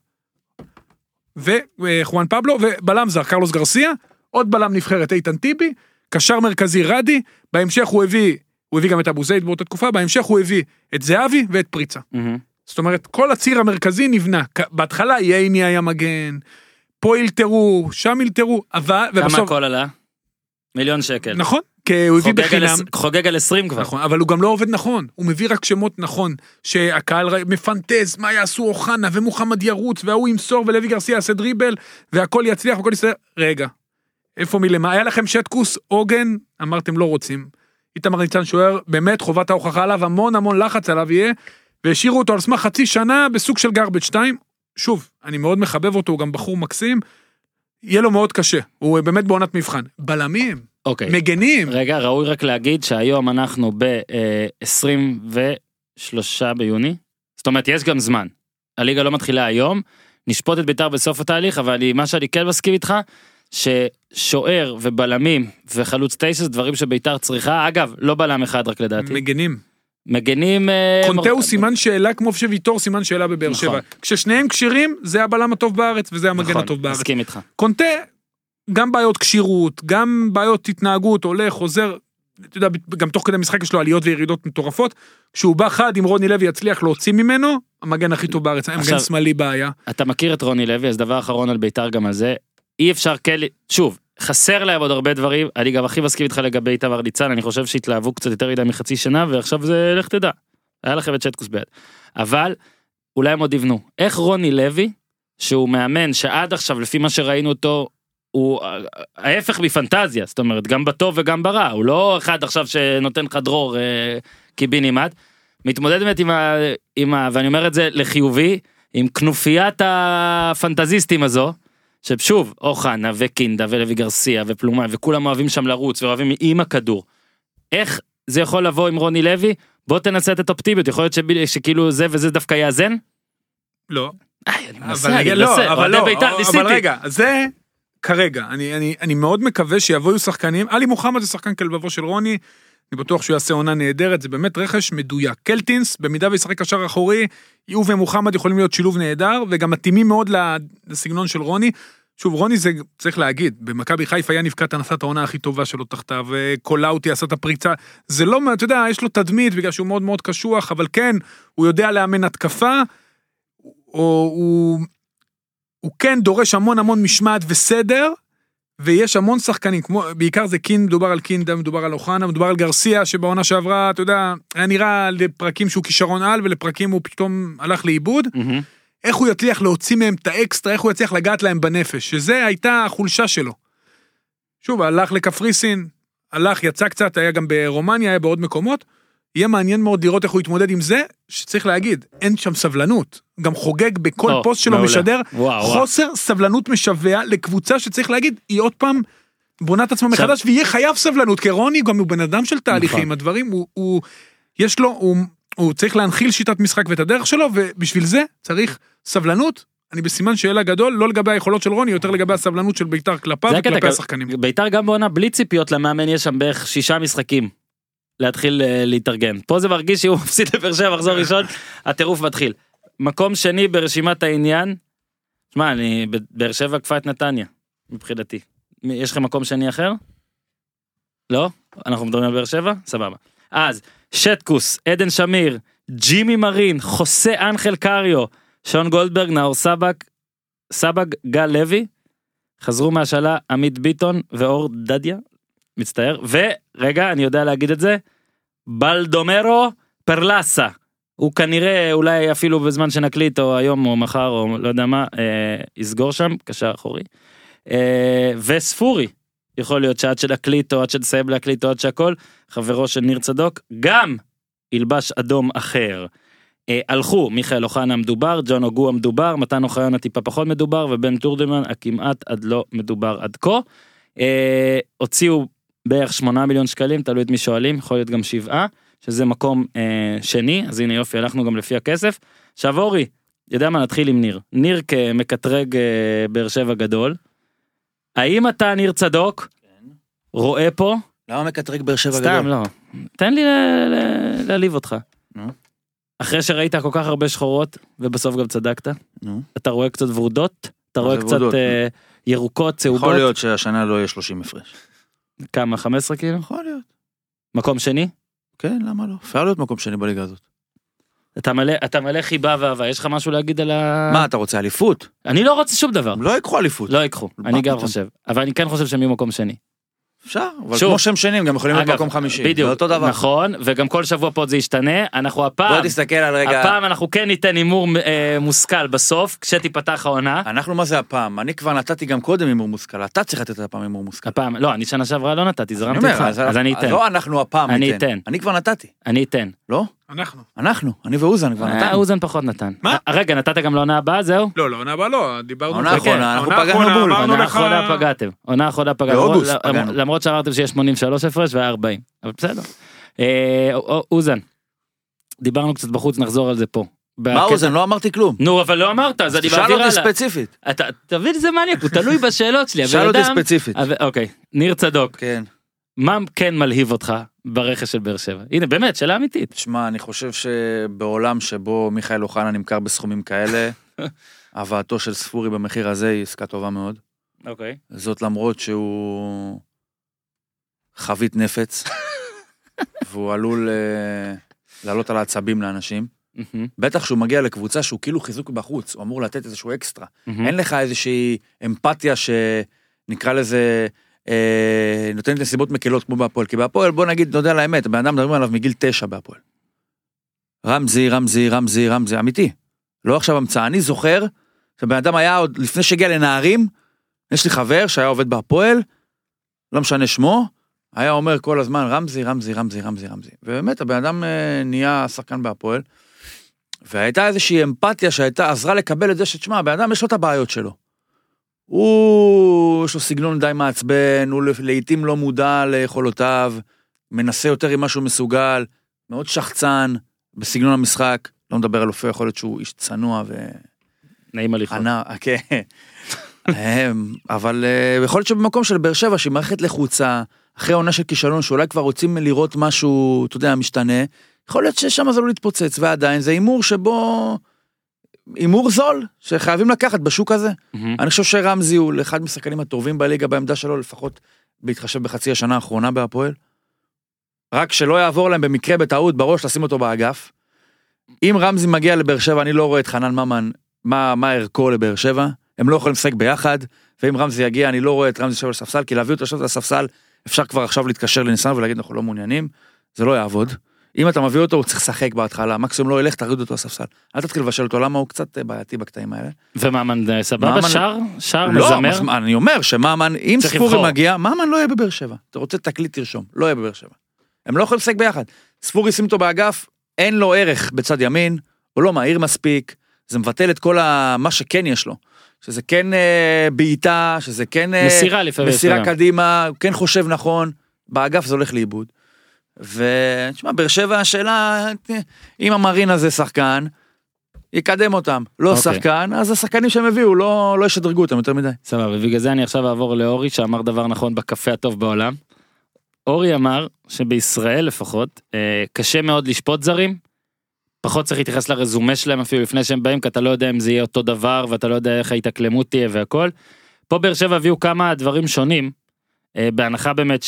וחואן פבלו, ובלם זר, קרלוס גרסיה, עוד בלם נבחרת איתן טיבי, קשר מרכזי רדי, בהמשך הוא הביא, הוא הביא גם את אבו זייד באותה תקופה, בהמשך הוא הביא את זהבי ואת פריצה. Mm-hmm. זאת אומרת, כל הציר המרכזי נבנה, בהתחלה ייני היה מגן, פה ילתרו, שם ילתרו, אבל... כמה ובסוף... הכל עלה? מיליון שקל. נכון, כי הוא הביא בחינם. חוגג על עשרים כבר. נכון, אבל הוא גם לא עובד נכון, הוא מביא רק שמות נכון, שהקהל מפנטז, מה יעשו אוחנה ומוחמד ירוץ, והוא ימסור ולוי גרסיה יעשה דריבל, והכל יצליח והכל יסתדר. רגע, איפה מלמה? היה לכם שטקוס, עוגן, אמרתם לא רוצים. איתמר ניצן שוער, באמת חובת ההוכחה עליו, המון המון לחץ עליו יהיה, והשאירו אותו על סמך חצי שנה בסוג של גרבג' שתיים. שוב, אני מאוד מחבב אותו, הוא גם בחור מקסים, יהיה לו מאוד קשה, הוא באמת בעונת מבחן. בלמים, אוקיי. מגנים. רגע, ראוי רק להגיד שהיום אנחנו ב-עשרים ושלושה ביוני, זאת אומרת, יש גם זמן. הליגה לא מתחילה היום, נשפוט את ביתר בסוף התהליך, אבל מה שאני כן מסכים איתך, ששוער ובלמים וחלוץ תשע זה דברים שביתר צריכה, אגב, לא בלם אחד רק לדעתי. מגנים. מגנים... קונטה הוא סימן שאלה כמו שוויתור סימן שאלה בבאר שבע. כששניהם קשירים, זה הבלם הטוב בארץ וזה המגן הטוב בארץ. מסכים איתך. קונטה, גם בעיות קשירות, גם בעיות התנהגות, הולך, חוזר, אתה יודע, גם תוך כדי משחק יש לו עליות וירידות מטורפות, כשהוא בא חד, אם רוני לוי יצליח להוציא ממנו, המגן הכי טוב בארץ, המגן שמאלי בעיה. אתה מכיר את רוני לוי, אז דבר אחרון על ביתר גם על זה, אי אפשר כן, שוב, חסר להם עוד הרבה דברים, אני גם הכי מסכים איתך לגבי איתמר ניצן, אני חושב שהתלהבו קצת יותר מדי מחצי שנה, ועכשיו זה לך תדע, היה לכם את שטקוס ביד. אבל, אולי הם עוד יבנו. איך רוני לוי, שהוא מאמן שעד עכשיו, לפי מה שראינו אותו, הוא ההפך מפנטזיה, זאת אומרת, גם בטוב וגם ברע, הוא לא אחד עכשיו שנותן לך דרור אה, קיבינימט, מתמודד באמת עם ה, עם ה, ואני אומר את זה לחיובי, עם כנופיית הפנטזיסטים הזו, ששוב, אוחנה וקינדה ולוי גרסיה ופלומה, וכולם אוהבים שם לרוץ, ואוהבים עם הכדור. איך זה יכול לבוא עם רוני לוי? בוא תנסה את אופטימיות, יכול להיות שכאילו זה וזה דווקא יאזן? לא. אני מנסה, אני מנסה, אבל לא, אבל רגע, זה כרגע, אני מאוד מקווה שיבואו שחקנים, אלי מוחמד זה שחקן כלבבו של רוני, אני בטוח שהוא יעשה עונה נהדרת, זה באמת רכש מדויק. קלטינס, במידה וישחק קשר אחורי, יהיו ומוחמד יכולים להיות שילוב נהדר, וגם מתאימים מאוד לסגנון של רוני. שוב, רוני זה צריך להגיד, במכבי חיפה היה נפקת הנסת העונה הכי טובה שלו תחתיו, וקולאוטי עשה את הפריצה, זה לא, אתה יודע, יש לו תדמית, בגלל שהוא מאוד מאוד קשוח, אבל כן, הוא יודע לאמן התקפה, או הוא, הוא כן דורש המון המון משמעת וסדר, ויש המון שחקנים, כמו, בעיקר זה קין, מדובר על קינדה, מדובר על אוחנה, מדובר על גרסיה, שבעונה שעברה, אתה יודע, היה נראה לפרקים שהוא כישרון על, ולפרקים הוא פתאום הלך לאיבוד, mm-hmm. איך הוא יצליח להוציא מהם את האקסטרה, איך הוא יצליח לגעת להם בנפש, שזה הייתה החולשה שלו. שוב, הלך לקפריסין, הלך, יצא קצת, היה גם ברומניה, היה בעוד מקומות, יהיה מעניין מאוד לראות איך הוא יתמודד עם זה, שצריך להגיד, אין שם סבלנות, גם חוגג בכל oh, פוסט שלו מעולה. משדר, וואו, חוסר וואו. סבלנות משווה לקבוצה שצריך להגיד, היא עוד פעם בונת עצמה עכשיו... מחדש, ויהיה חייב סבלנות, כי רוני גם הוא בן אדם של תהליכים, נכון. הדברים, הוא, הוא, יש לו, הוא, הוא צריך להנחיל שיטת משחק ואת הדרך שלו, ובשביל זה צריך סבלנות, אני בסימן שאלה גדול, לא לגבי היכולות של רוני, יותר לגבי הסבלנות של ביתר כלפיו וכלפי השחקנים. ביתר גם בעונה בלי ציפיות למאמן, יש שם בערך שישה משחקים. להתחיל להתארגן. פה זה מרגיש שהוא מפסיד לבאר שבע, מחזור ראשון, הטירוף מתחיל. מקום שני ברשימת העניין, שמע, אני באר שבע קפה את נתניה, מבחינתי. יש לכם מקום שני אחר? לא? אנחנו מדברים על באר שבע? סבבה. אז, שטקוס, עדן שמיר, ג'ימי מרין, חוסה אנחל קריו, שון גולדברג, נאור סבג, סבג, גל לוי, חזרו מהשאלה עמית ביטון ואור דדיה, מצטער, ורגע, אני יודע להגיד את זה, בלדומרו פרלסה, הוא כנראה, אולי אפילו בזמן שנקליט, או היום או מחר, או לא יודע מה, אה, יסגור שם, קשר אחורי, אה, וספורי, יכול להיות שעד שנקליט, או עד שנסיים להקליט, או עד שהכל, חברו של ניר צדוק, גם ילבש אדום אחר, אה, הלכו, מיכאל אוחנה המדובר, ג'ון אוגו המדובר, מתן אוחיון הטיפה פחות מדובר, ובן טורדמן הכמעט עד לא מדובר עד כה, אה, הוציאו בערך שמונה מיליון שקלים, תלוי את מי שואלים, יכול להיות גם שבעה, שזה מקום אה, שני, אז הנה יופי, הלכנו גם לפי הכסף. עכשיו אורי, יודע מה, נתחיל עם ניר. ניר כמקטרג אה, באר שבע גדול, האם אתה ניר צדוק, כן. רואה פה? למה מקטרג באר שבע גדול? סתם, לא. תן לי להעליב אותך. נו. אחרי שראית כל כך הרבה שחורות, ובסוף גם צדקת, נו. אתה רואה קצת ורודות, אתה רואה קצת אה, ירוקות, צהובות. יכול להיות שהשנה לא יהיה שלושים הפרש. כמה, חמש עשרה כאילו? יכול להיות. מקום שני? כן, למה לא? אפשר להיות מקום שני בליגה הזאת. אתה מלא, אתה מלא חיבה ואהבה, יש לך משהו להגיד על ה... מה, אתה רוצה אליפות? אני לא רוצה שום דבר. לא יקחו אליפות. לא יקחו, אני גם חושב. אבל אני כן חושב שהם יהיו מקום שני. אפשר, אבל כמו שהם שנים, גם יכולים להיות מקום חמישי. בדיוק, נכון, וגם כל שבוע פה זה ישתנה, אנחנו הפעם... בוא תסתכל על רגע... הפעם אנחנו כן ניתן הימור מושכל בסוף, כשתיפתח העונה. אנחנו מה זה הפעם? אני כבר נתתי גם קודם הימור מושכל, אתה צריך לתת הפעם הימור מושכל. הפעם, לא, אני שנה שעברה לא נתתי, זרמתי לך, אז אני אתן. לא אנחנו הפעם ניתן. אני כבר נתתי. אני אתן. לא? אנחנו. אנחנו, אני ואוזן כבר נתן. אוזן פחות נתן. מה? רגע, נתת גם לעונה הבאה, זהו? לא, לעונה הבאה לא, דיברנו... עונה האחרונה, אנחנו פגענו בול. עונה האחרונה פגעתם. עונה האחרונה פגעתם. למרות שאמרתם שיש שמונים ושלוש הפרש והיה ארבעים. אבל בסדר. אוזן. דיברנו קצת בחוץ, נחזור על זה פה. מה אוזן? לא אמרתי כלום. נו, אבל לא אמרת, אז אני שאל אותי ספציפית. תבין, זה מעניין, הוא תלוי בשאלות שלי. שאל אותי ספציפית. אוקיי, ניר צדוק. כן. מה כן מלהיב אותך ברכש של באר שבע? הנה, באמת, שאלה אמיתית. תשמע, אני חושב שבעולם שבו מיכאל אוחנה נמכר בסכומים כאלה, הבאתו של ספורי במחיר הזה היא עסקה טובה מאוד. אוקיי. זאת למרות שהוא חבית נפץ, והוא עלול לעלות על העצבים לאנשים. בטח שהוא מגיע לקבוצה שהוא כאילו חיזוק בחוץ, הוא אמור לתת איזשהו אקסטרה. אין לך איזושהי אמפתיה שנקרא לזה... נותנת לסיבות מקלות כמו בהפועל, כי בהפועל בוא נגיד, נודע על האמת, הבן אדם מדברים עליו מגיל תשע בהפועל. רמזי, רמזי, רמזי, רמזי, אמיתי. לא עכשיו המצאה, אני זוכר, שבן אדם היה עוד לפני שהגיע לנערים, יש לי חבר שהיה עובד בהפועל, לא משנה שמו, היה אומר כל הזמן רמזי, רמזי, רמזי, רמזי, רמזי. ובאמת הבן אדם נהיה שחקן בהפועל, והייתה איזושהי אמפתיה שהייתה עזרה לקבל את זה שתשמע, הבן אדם יש לו את הבעיות שלו. הוא, יש לו סגנון די מעצבן, הוא לעתים לא מודע ליכולותיו, מנסה יותר עם משהו מסוגל, מאוד שחצן, בסגנון המשחק, לא מדבר על אופי, יכול להיות שהוא איש צנוע ו... נעים הליכות. כן. אבל יכול להיות שבמקום של באר שבע, שהיא מערכת לחוצה, אחרי עונה של כישלון, שאולי כבר רוצים לראות משהו, אתה יודע, משתנה, יכול להיות ששם זה לא להתפוצץ, ועדיין זה אימור שבו, אימור זול, שחייבים לקחת בשוק הזה. אני חושב שרמזי הוא לאחד משחקנים הטובים בליגה בעמדה שלו, לפחות בהתחשב בחצי השנה האחרונה בהפועל. רק שלא יעבור להם במקרה בטעות בראש, לשים אותו באגף. אם רמזי מגיע לבאר שבע, אני לא רואה את חנן ממן, מה, מה ערכו לבאר שבע, הם לא יכולים לשחק ביחד, ואם רמזי יגיע, אני לא רואה את רמזי שבע לספסל, כי להביא אותו לשבת לספסל, אפשר כבר עכשיו להתקשר לניסן ולהגיד, אנחנו לא מעוניינים, זה לא יעבוד. אם אתה מביא אותו, הוא צריך לשחק בהתחלה, מקסימום לא ילך, תריד אותו לספסל. אל תתחיל לבשל אותו, למה הוא קצת בעייתי בקטעים האלה. ומאמן סבבה, שר? שר, לא, מזמר? אני אומר שמאמן, אם ספורי מגיע, מאמן לא יהיה בבאר שבע. אתה רוצה תקליט תרשום, לא יהיה בבאר שבע. הם לא יכולים לשחק ביחד. ספורי שים אותו באגף, אין לו ערך בצד ימין, הוא לא מהיר מספיק, זה מבטל את כל ה... מה שכן יש לו. שזה כן אה, בעיטה, שזה כן... אה, מסירה לפעמים. מסירה קדימה, הוא כן חושב נכון, באגף זה הולך לאיבוד. ותשמע, באר שבע השאלה, אם המרין הזה שחקן, יקדם אותם. לא okay. שחקן, אז השחקנים שהם הביאו, לא, לא ישדרגו אותם יותר מדי. סבבה, ובגלל זה אני עכשיו אעבור לאורי, שאמר דבר נכון בקפה הטוב בעולם. אורי אמר שבישראל לפחות, אה, קשה מאוד לשפוט זרים, פחות צריך להתייחס לרזומה שלהם אפילו לפני שהם באים, כי אתה לא יודע אם זה יהיה אותו דבר, ואתה לא יודע איך ההתאקלמות תהיה והכל. פה באר שבע הביאו כמה דברים שונים, אה, בהנחה באמת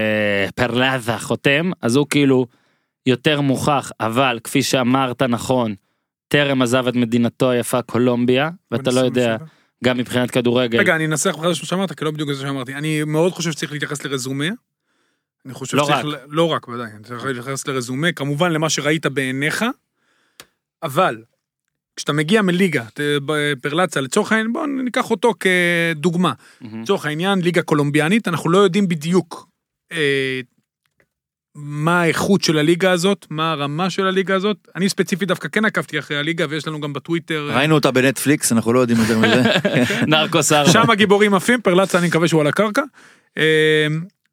שפרלזה חותם, אז הוא כאילו יותר מוכח, אבל כפי שאמרת נכון, טרם עזב את מדינתו היפה קולומביה, ואתה לא יודע, גם מבחינת כדורגל. רגע, אני אנסח בכלל שמה שאמרת, כי לא בדיוק זה שאמרתי. אני מאוד חושב שצריך להתייחס לרזומה. אני חושב לא שצריך, רק. לא רק, ודאי, צריך להתייחס לרזומה, כמובן למה שראית בעיניך, אבל כשאתה מגיע מליגה, פרלצה, לצורך העניין, בואו ניקח אותו כדוגמה. לצורך העניין, ליגה קולומביאנית, אנחנו לא יודעים בדיוק אה, מה האיכות של הליגה הזאת, מה הרמה של הליגה הזאת. אני ספציפית דווקא כן עקבתי אחרי הליגה, ויש לנו גם בטוויטר... ראינו אותה בנטפליקס, אנחנו לא יודעים יותר מזה. נרקוס ארבע. שם הגיבורים עפים, פרלצה, אני מקווה שהוא על הקרקע. אה,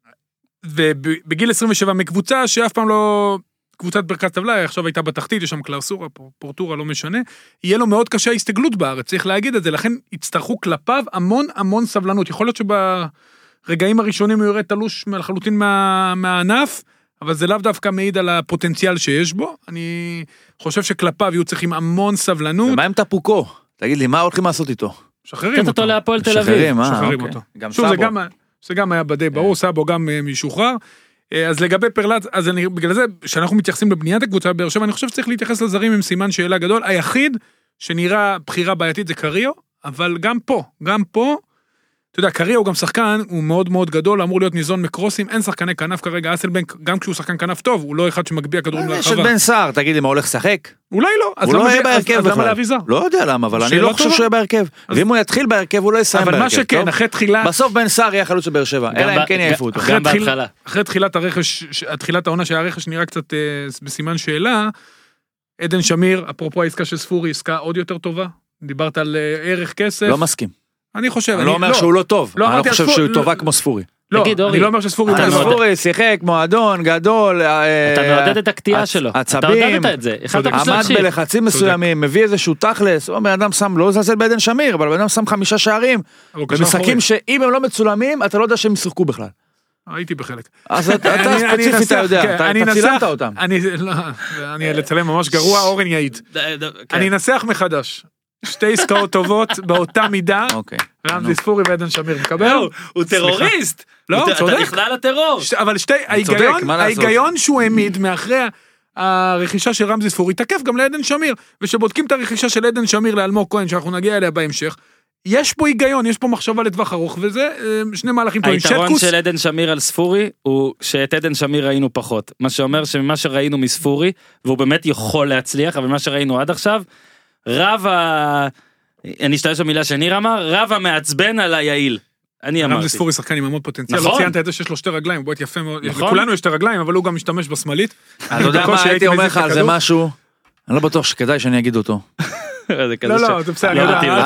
ובגיל עשרים ושבע מקבוצה שאף פעם לא, קבוצת ברכת טבלה, עכשיו הייתה בתחתית, יש שם קלרסורה, פורטורה, לא משנה, יהיה לו מאוד קשה ההסתגלות בארץ, צריך להגיד את זה, לכן יצטרכו כלפיו המון המון סבלנות, יכול להיות שברגעים הראשונים הוא יורד תלוש לחלוטין מה, מהענף, אבל זה לאו דווקא מעיד על הפוטנציאל שיש בו, אני חושב שכלפיו יהיו צריכים המון סבלנות. ומה עם טפוקו? תגיד לי, מה הולכים לעשות איתו? שחררים אותו. אותו להפועל תל אביב. שחררים אותו. שוב, זה גם... זה גם היה בדי ברור, סבו גם משוחרר, אז לגבי פרלץ, אז אני, בגלל זה, שאנחנו מתייחסים לבניית הקבוצה באר שבע, אני חושב שצריך להתייחס לזרים עם סימן שאלה גדול, היחיד שנראה בחירה בעייתית זה קריו, אבל גם פה, גם פה, אתה יודע, קריו הוא גם שחקן, הוא מאוד מאוד גדול, אמור להיות ניזון מקרוסים, אין שחקני כנף כרגע, אסלבנק, גם כשהוא שחקן כנף טוב, הוא לא אחד שמגביע כדורים להרחבה. יש את בן סער, תגיד לי, מה הולך לשחק? אולי לא, הוא לא יהיה בהרכב בכלל. לא יודע למה, אבל אני לא חושב שהוא יהיה בהרכב. ואם הוא יתחיל בהרכב, הוא לא יסיים בהרכב. אבל מה שכן, אחרי תחילה... בסוף בן סער יהיה חלוץ של באר שבע, אלא אם כן יעיפו אותו. גם בהתחלה. אחרי תחילת הרכש, תחילת העונה שהרכש נראה קצת בסימן שאלה, עדן שמיר, אפרופו העסקה של ספורי, עסקה עוד יותר טובה. דיברת על ערך כסף. לא מסכים. אני חושב, אני לא אומר שהוא לא טוב, אני לא חושב שהוא טובה כמו ספורי. לא, אני לא אומר שספורי... ספורי שיחק, מועדון, גדול, אתה מעודד את הקטיעה שלו, אתה עודדת את זה, עמד בלחצים מסוימים, מביא איזשהו תכלס, בן אדם שם, לא זלזל בעדן שמיר, אבל בן אדם שם חמישה שערים, במשחקים שאם הם לא מצולמים, אתה לא יודע שהם ישחקו בכלל. הייתי בחלק. אז אתה ספציפית אתה יודע, אתה צילמת אותם. אני לצלם ממש גרוע, אורן יעיד. אני אנסח מחדש. שתי עסקאות טובות באותה מידה, רמזי ספורי ועדן שמיר מקבל. הוא טרוריסט. לא, צודק. אתה נכנע לטרור. אבל שתי, ההיגיון שהוא העמיד מאחרי הרכישה של רמזי ספורי, תקף גם לעדן שמיר, ושבודקים את הרכישה של עדן שמיר לאלמוג כהן, שאנחנו נגיע אליה בהמשך, יש פה היגיון, יש פה מחשבה לטווח ארוך, וזה שני מהלכים טובים. היתרון של עדן שמיר על ספורי, הוא שאת עדן שמיר ראינו פחות. מה שאומר שממה שראינו מספורי, והוא באמת יכול להצליח, אבל מה שראינו עד עכשיו, רב ה... אני אשתמש במילה שניר אמר, רב המעצבן על היעיל. אני אמרתי. רמזי ספורי שחקן עם המון פוטנציאל. נכון. לא ציינת את זה שיש לו שתי רגליים, בועט יפה מאוד. נכון. לכולנו יש שתי רגליים, אבל הוא גם משתמש בשמאלית. אתה יודע מה, הייתי אומר לך על זה משהו, אני לא בטוח שכדאי שאני אגיד אותו. לא, לא, זה בסדר,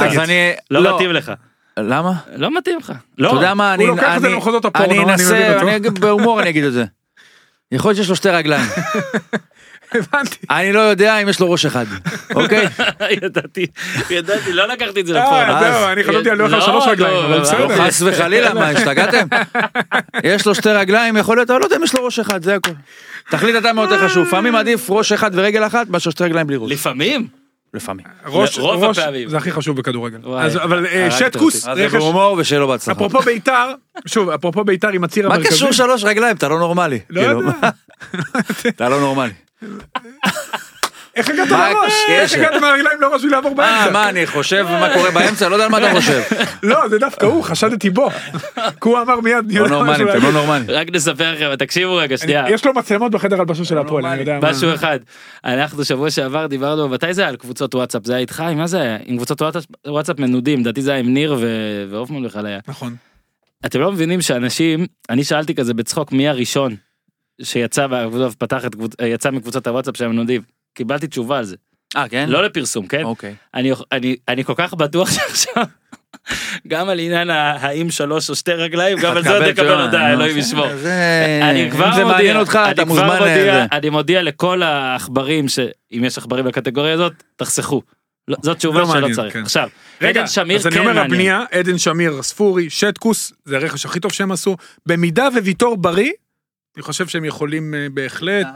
לא מתאים לך. למה? לא מתאים לך. אתה יודע מה, אני אנסה, בהומור אני אגיד את זה. יכול להיות שיש לו שתי רגליים. הבנתי. אני לא יודע אם יש לו ראש אחד, אוקיי? ידעתי, ידעתי, לא לקחתי את זה אה, לפועל. זהו, אני חשבתי על לא שלוש רגליים, אבל בסדר. לא חס וחלילה, מה, השתגעתם? יש לו שתי רגליים, יכול להיות, אבל לא יודע אם יש לו ראש אחד, זה הכל. תחליט אתה מה יותר חשוב, לפעמים עדיף ראש אחד ורגל אחת, מאשר שתי רגליים בלי ראש. לפעמים? לפעמים. ראש, רוב ראש, הפעמים. זה הכי חשוב בכדורגל. וואי, אז, אבל אה, הרגת שטקוס, אז זה רכש, בהומור ושיהיה לו בהצלחה. אפרופו ביתר, שוב, אפרופו ביתר עם הציר מה המרכזי. קשור שלוש רגליים? אתה לא נורמלי. לא כאילו, יודע. אתה לא נורמלי. איך הגעת מה לראש? איך הקשר? הגעת מהרגליים לראש ולעבור אה, באמצע? מה, אני חושב מה קורה באמצע? לא יודע על מה אתה חושב. לא, זה דווקא הוא, חשדתי בו. כי הוא אמר מיד, אני לא יודע משהו נורמלי, אתם לא להגיד. נורמלי. רק נספר לכם, תקשיבו רגע, שנייה. יש לו מצלמות בחדר הלבשה של הפועל, אני יודע מה. משהו אחד, אנחנו שבוע שעבר דיברנו, מתי זה היה על קבוצות וואטסאפ, זה היה איתך, עם מה זה היה? עם קבוצות וואטסאפ מנודים, לדעתי זה היה עם ניר ואופמן בכלל היה. נכון. אתם לא מבינים שאנשים, אני שאלתי כזה בצחוק מי הראשון שיצא פתח את יצא מקבוצות הוואטסאפ של המנודים, קיבלתי תשובה על זה. אה, כן? לא לפרסום, כן? אוקיי. אני, אני, אני כל כך בטוח שעכשיו, גם על עניין האם שלוש או שתי רגליים, גם על זה עוד נקבל הודעה, אלוהים ישמור. אני כבר אם זה מעניין אותך, אתה מוזמן. אני מודיע לכל העכברים, שאם יש עכברים בקטגוריה הזאת, תחסכו. זאת תשובה שלא צריך. עכשיו, עדן שמיר אז אני כן אומר מעניין. הבנייה, עדן שמיר, ספורי, שטקוס, זה הרכש הכי טוב שהם עשו. במידה וויתור בריא, אני חושב שהם יכולים בהחלט,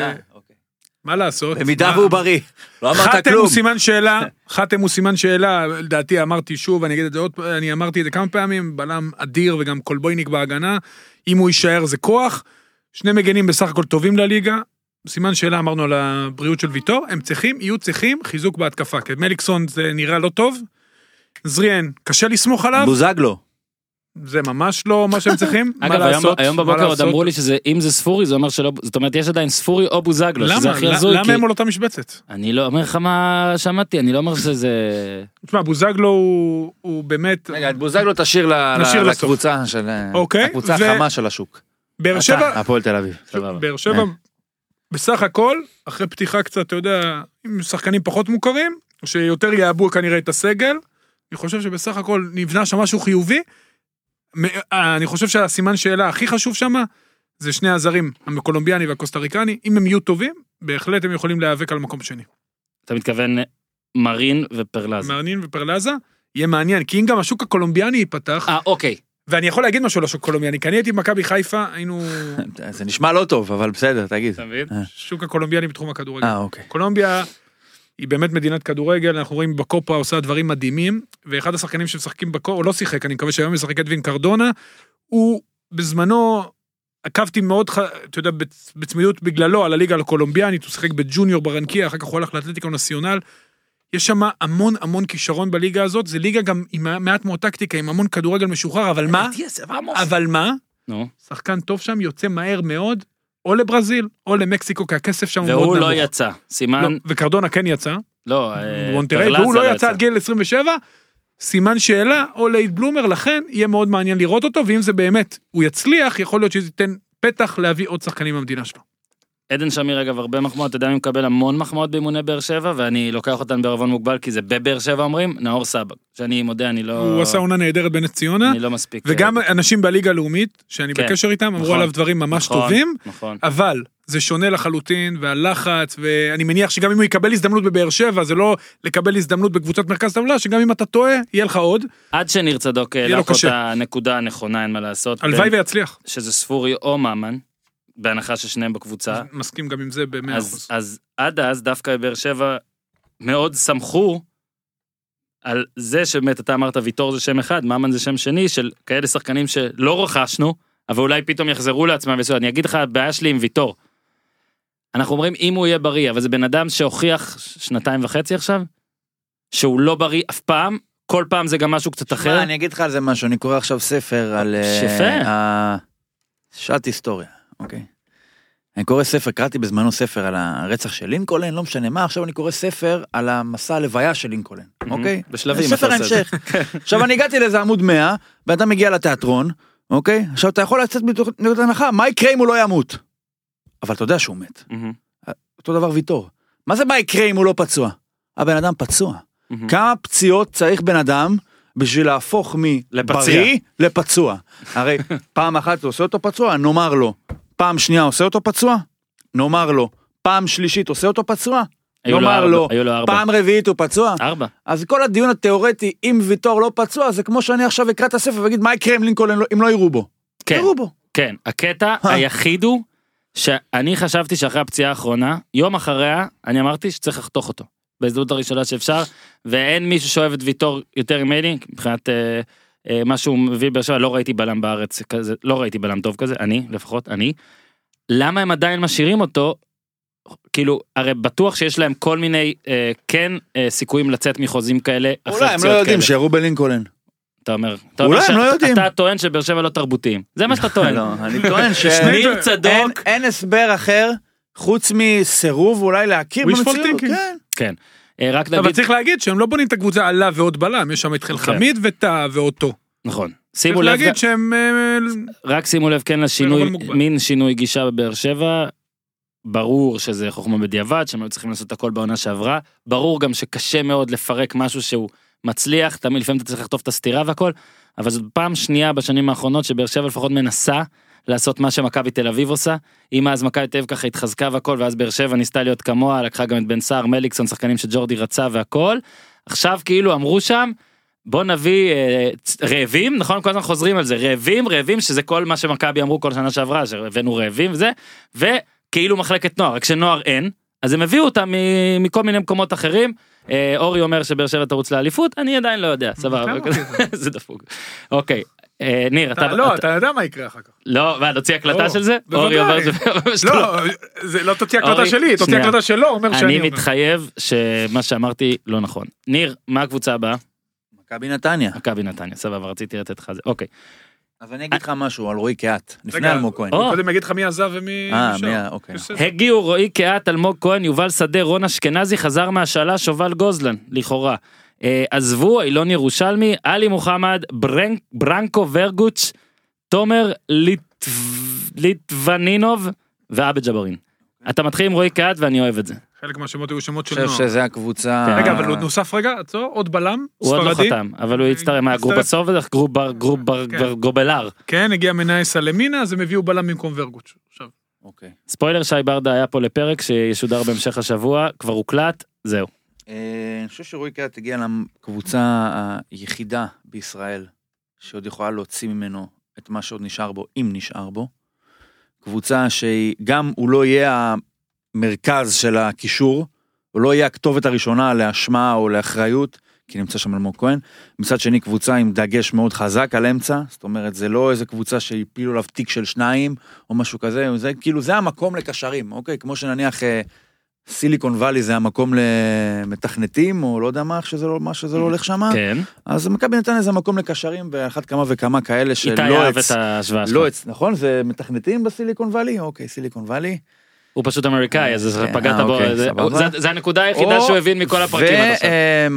מה לעשות? במידה והוא בריא. לא אמרת חתם כלום. הוא סימן שאלה, חתם הוא סימן שאלה, לדעתי אמרתי שוב, אני אגיד את זה עוד, אני אמרתי את זה כמה פעמים, בלם אדיר וגם קולבויניק בהגנה, אם הוא יישאר זה כוח, שני מגנים בסך הכל טובים לליגה, סימן שאלה אמרנו על הבריאות של ויטור, הם צריכים, יהיו צריכים חיזוק בהתקפה, כי מליקסון זה נראה לא טוב, זריאן, קשה לסמוך עליו, בוזגלו. זה ממש לא מה שהם צריכים, מה אגב, לעשות? היום מה בבוקר עוד לעשות? אמרו לי שאם זה ספורי, זה אומר שלא, זאת אומרת, יש עדיין ספורי או בוזגלו, שזה למה? הכי הזוי. למה הם על אותה משבצת? אני לא אומר לך מה שמעתי, אני לא אומר שזה... תשמע, בוזגלו הוא, הוא באמת... רגע, את בוזגלו תשאיר ל- נשאיר ל- לסוף. לקבוצה של... אוקיי, הקבוצה ו- החמה של השוק. באר שבע, הפועל תל אביב. סבבה. באר שבע, בסך הכל, אחרי פתיחה קצת, אתה יודע, עם שחקנים פחות מוכרים, שיותר יעבו כנראה את הסגל, אני חושב שבסך הכל נבנה שם משהו חיובי, אני חושב שהסימן שאלה הכי חשוב שם, זה שני הזרים, הקולומביאני והקוסטריקני, אם הם יהיו טובים, בהחלט הם יכולים להיאבק על מקום שני. אתה מתכוון מרין ופרלזה. מרנין ופרלזה, יהיה מעניין, כי אם גם השוק הקולומביאני ייפתח, אה, אוקיי. ואני יכול להגיד משהו על השוק הקולומביאני, כי אני הייתי במכבי חיפה, היינו זה נשמע לא טוב, אבל בסדר, תגיד. אתה מבין? שוק הקולומביאני בתחום הכדורגל. אה, אוקיי. קולומביה היא באמת מדינת כדורגל, אנחנו רואים בקופה עושה דברים מדהימים, ואחד השחקנים שמשחקים בקופה, הוא לא שיחק, אני מקווה שהיום ישחק אדווין קרדונה, הוא בזמנו, עקבתי מאוד, אתה יודע, בצמידות בגללו, על הליגה הקולומביאנית, הוא שיחק בג'וניור ברנקיה, אחר כך הוא הלך לאתלטיקו נציונל, יש שם המון המון כישרון בליגה הזאת, זה ליגה גם עם מעט מאוד טקטיקה, עם המון כדורגל משוחרר, אבל מה? אבל מה? נו. שחקן טוב שם יוצא מהר מאוד, או לברזיל, או למקסיקו, כי הכסף שם הוא מאוד והוא נמוך. לא יצא. סימן... וקרדונה כן יצא, לא, וונטרי, והוא לא יצא עד גיל עשרים ושבע, סימן שאלה, או לייט בלומר, לכן יהיה מאוד מעניין לראות אותו, ואם זה באמת, הוא יצליח, יכול להיות שזה ייתן פתח להביא עוד שחקנים במדינה שלו. עדן שמיר אגב הרבה מחמאות, אתה יודע מי מקבל המון מחמאות באימוני באר שבע, ואני לוקח אותן בערבון מוגבל, כי זה בבאר שבע אומרים, נאור סבג, שאני מודה, אני לא... הוא עשה עונה נהדרת בנס ציונה, אני לא מספיק... וגם אנשים בליגה הלאומית, שאני כן, בקשר איתם, אמרו נכון, עליו דברים ממש נכון, טובים, נכון. אבל זה שונה לחלוטין, והלחץ, ואני מניח שגם אם הוא יקבל הזדמנות בבאר שבע, זה לא לקבל הזדמנות בקבוצת מרכז טבלה, שגם אם אתה טועה, יהיה לך עוד. עד שניר צדוק יהיה לו לך קשה. אותה נקודה הנכונה, אין מה לעשות. הלוואי בין- ויצליח. שזה ספורי או מאמן, בהנחה ששניהם בקבוצה. מסכים גם עם זה ב-מאה אז, אחוז. אז עד אז דווקא באר שבע מאוד שמחו על זה שבאמת אתה אמרת ויטור זה שם אחד, מאמן זה שם שני, של כאלה שחקנים שלא רכשנו, אבל אולי פתאום יחזרו לעצמם וסוד. אני אגיד לך, הבעיה שלי עם ויטור. אנחנו אומרים אם הוא יהיה בריא, אבל זה בן אדם שהוכיח שנתיים וחצי עכשיו, שהוא לא בריא אף פעם, כל פעם זה גם משהו קצת אחר. אני אגיד לך על זה משהו, אני קורא עכשיו ספר על... שפה. שעת היסטוריה, אוקיי. אני קורא ספר, קראתי בזמנו ספר על הרצח של לינקולן, לא משנה מה, עכשיו אני קורא ספר על המסע הלוויה של לינקולן, אוקיי? בשלבים. ספר אתה עושה את המשך. עכשיו אני הגעתי לאיזה עמוד מאה, ואתה מגיע לתיאטרון, אוקיי? עכשיו אתה יכול לצאת מתוך הנחה, מה יקרה אם הוא לא ימות? אבל אתה יודע שהוא מת. מהמם. אותו דבר ויטור. מה זה מה יקרה אם הוא לא פצוע? הבן אדם פצוע. מהמם. כמה פציעות צריך בן אדם בשביל להפוך מבריא לפצוע? הרי פעם אחת הוא עושה אותו פצוע, נאמר לו. פעם שנייה עושה אותו פצוע, נאמר לו. פעם שלישית עושה אותו פצוע? היו לו ארבע, לו, היו לו ארבע. פעם רביעית הוא פצוע? ארבע. אז כל הדיון התיאורטי, אם ויטור לא פצוע, זה כמו שאני עכשיו אקרא את הספר ואגיד, מה יקרה עם לינקולן אם לא יראו בו? כן, יראו בו. כן, הקטע היחיד הוא, שאני חשבתי שאחרי הפציעה האחרונה, יום אחריה, אני אמרתי שצריך לחתוך אותו. בהזדמנות הראשונה שאפשר, ואין מישהו שאוהב את ויטור יותר ממני, מבחינת אה, אה, מה שהוא מביא באר שבע, לא ראיתי בלם בארץ כזה, לא ראיתי בלם טוב כזה, אני, לפחות, אני. למה הם עדיין משאירים אותו? כאילו, הרי בטוח שיש להם כל מיני, אה, כן, אה, סיכויים לצאת מחוזים כאלה, אולי הם לא יודעים שירו בלינקולן. אתה אומר, אולי הם לא יודעים. אתה טוען שבאר שבע לא תרבותיים, זה מה שאתה טוען. לא, אני טוען שניר צדוק. אין הסבר אחר, חוץ מסירוב אולי להכיר במציאות. כן. כן. רק נגיד... אבל צריך להגיד שהם לא בונים את הקבוצה עלה ועוד בלם, יש שם את חלחמיד ותא ואותו. נכון. צריך להגיד שהם... רק שימו לב כן לשינוי, מין שינוי גישה בבאר שבע, ברור שזה חוכמה בדיעבד, שהם היו צריכים לעשות הכל בעונה שעברה, ברור גם שקשה מאוד לפרק משהו שהוא מצליח, תמיד לפעמים אתה צריך לכתוב את הסתירה והכל, אבל זאת פעם שנייה בשנים האחרונות שבאר שבע לפחות מנסה לעשות מה שמכבי תל אביב עושה, אם אז מכבי תל אביב ככה התחזקה והכל, ואז באר שבע ניסתה להיות כמוה, לקחה גם את בן סער, מליקסון, שחקנים שג'ורדי רצה והכל, עכשיו כאילו אמרו שם, בוא נביא אה, רעבים, נכון? כל הזמן חוזרים על זה, רעבים, רעבים, שזה כל מה שמכבי אמרו כל שנה שעברה, שהבאנו רעבים וזה, וכאילו מחלקת נוער, רק שנוער אין, אז הם הביאו אותם מכל מיני מקומות אחרים, אה, אורי אומר שבאר שבע תרוץ לאליפות, אני עדיין לא יודע, סבבה, זה דפוק. אוקיי, אה, ניר, אתה... לא, אתה יודע מה יקרה אחר כך. לא, מה, תוציא הקלטה של זה? אורי אומר... לא, זה לא תוציא הקלטה שלי, תוציא הקלטה שלו, אומר שאני אומר. אני מתחייב שמה שאמרתי לא נכון. ניר, מה הקבוצה הבאה? מכבי נתניה. מכבי נתניה, סבבה, רציתי לתת לך זה, אוקיי. אז אני אגיד לך משהו על רועי קהת, לפני אלמוג כהן. קודם אגיד לך מי עזב ומי... אה, מי, אוקיי. הגיעו רועי קהת, אלמוג כהן, יובל שדה, רון אשכנזי, חזר מהשאלה, שובל גוזלן, לכאורה. עזבו, אילון ירושלמי, אלי מוחמד, ברנקו ורגוץ', תומר ליטוונינוב, ואבא ג'ברין. אתה מתחיל עם רועי קהת ואני אוהב את זה. חלק מהשמות היו שמות של נוער. אני חושב שזה הקבוצה... רגע, אבל הוא נוסף רגע, עצור, עוד בלם, ספרדי. הוא עוד לא חתם, אבל הוא יצטרף מהגרובסוב וגרובלר. כן, הגיע מנאייס אלמינה, אז הם הביאו בלם במקום ורגוץ'. אוקיי. ספוילר, שי ברדה היה פה לפרק שישודר בהמשך השבוע, כבר הוקלט, זהו. אני חושב שרועי קהת הגיע לקבוצה היחידה בישראל, שעוד יכולה להוציא ממנו את מה שעוד נשאר בו, אם נשאר בו. קבוצה שגם הוא לא יהיה המרכז של הקישור, הוא לא יהיה הכתובת הראשונה להשמעה או לאחריות, כי נמצא שם אלמוג כהן. מצד שני, קבוצה עם דגש מאוד חזק על אמצע, זאת אומרת, זה לא איזה קבוצה שהפילו עליו תיק של שניים, או משהו כזה, זה, כאילו, זה המקום לקשרים, אוקיי? כמו שנניח סיליקון ואלי זה המקום למתכנתים, או לא יודע מה, שזה לא, מה שזה לא הולך שם. כן. אז מכבי נתניה זה המקום לקשרים, באחת כמה וכמה כאלה שלא... איתי אהב את ההשוואה שלך. לא, נכון? זה מתכנתים בסיליקון ואלי? אוקיי, סיליקון ואלי. הוא פשוט אמריקאי, אז פגעת בו, זה הנקודה היחידה שהוא הבין מכל הפרקים עד עכשיו.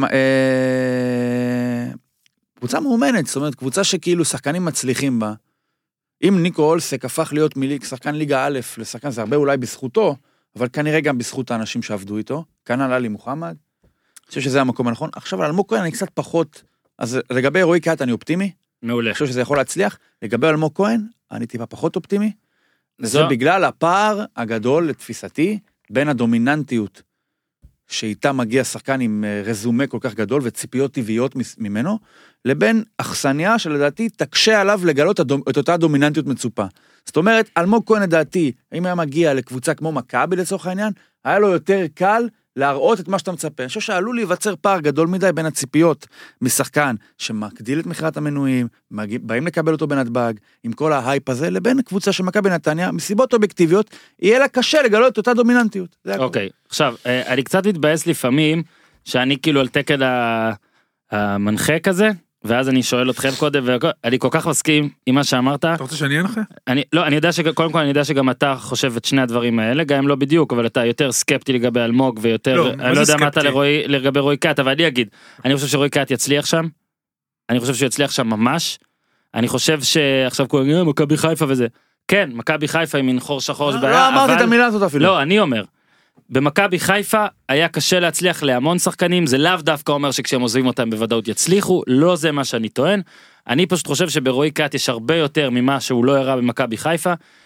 קבוצה מאומנת, זאת אומרת, קבוצה שכאילו שחקנים מצליחים בה. אם ניקו אולסק הפך להיות שחקן ליגה א' לשחקן, זה הרבה אולי בזכותו, אבל כנראה גם בזכות האנשים שעבדו איתו, כאן על אלי מוחמד, אני חושב שזה המקום הנכון. עכשיו על אלמוג כהן אני קצת פחות, אז לגבי רועי קהת אני אופטימי, מעולה. אני חושב שזה יכול להצליח, לגבי אלמוג כהן אני טיפה פחות אופטימי, זה בגלל הפער הגדול לתפיסתי, בין הדומיננטיות שאיתה מגיע שחקן עם רזומה כל כך גדול וציפיות טבעיות ממנו, לבין אכסניה שלדעתי תקשה עליו לגלות את אותה דומיננטיות מצופה. זאת אומרת, אלמוג כהן לדעתי, אם היה מגיע לקבוצה כמו מכבי לצורך העניין, היה לו יותר קל להראות את מה שאתה מצפה. אני חושב שעלול להיווצר פער גדול מדי בין הציפיות משחקן שמקדיל את מחירת המנויים, באים לקבל אותו בנתב"ג, עם כל ההייפ הזה, לבין קבוצה של מכבי נתניה, מסיבות אובייקטיביות, יהיה לה קשה לגלות את אותה דומיננטיות. אוקיי, עכשיו, אני קצת מתבאס לפעמים, שאני כאילו על תקן המנחה כזה, ואז אני שואל אתכם קודם, ואני כל כך מסכים עם מה שאמרת. אתה רוצה שאני אנחה? אני, לא, אני יודע שקודם כל אני יודע שגם אתה חושב את שני הדברים האלה, גם אם לא בדיוק, אבל אתה יותר סקפטי לגבי אלמוג, ויותר, לא, אני לא יודע מה אתה לרואי, לגבי רועי קהת, אבל אני אגיד, אני חושב שרועי קהת יצליח שם, אני חושב שהוא יצליח שם ממש, אני חושב שעכשיו קוראים, מכבי חיפה וזה, כן, מכבי חיפה עם מין חור שחור, לא אמרתי את המילה הזאת אפילו. לא, אני אומר, במכבי חיפה היה קשה להצליח להמון שחקנים, זה לאו דווקא אומר שכשהם עוזבים אותם בוודאות יצליחו, לא זה מה שאני טוען, אני פשוט חושב שברועי קהת יש הרבה יותר ממה שהוא לא הראה במכבי חיפה,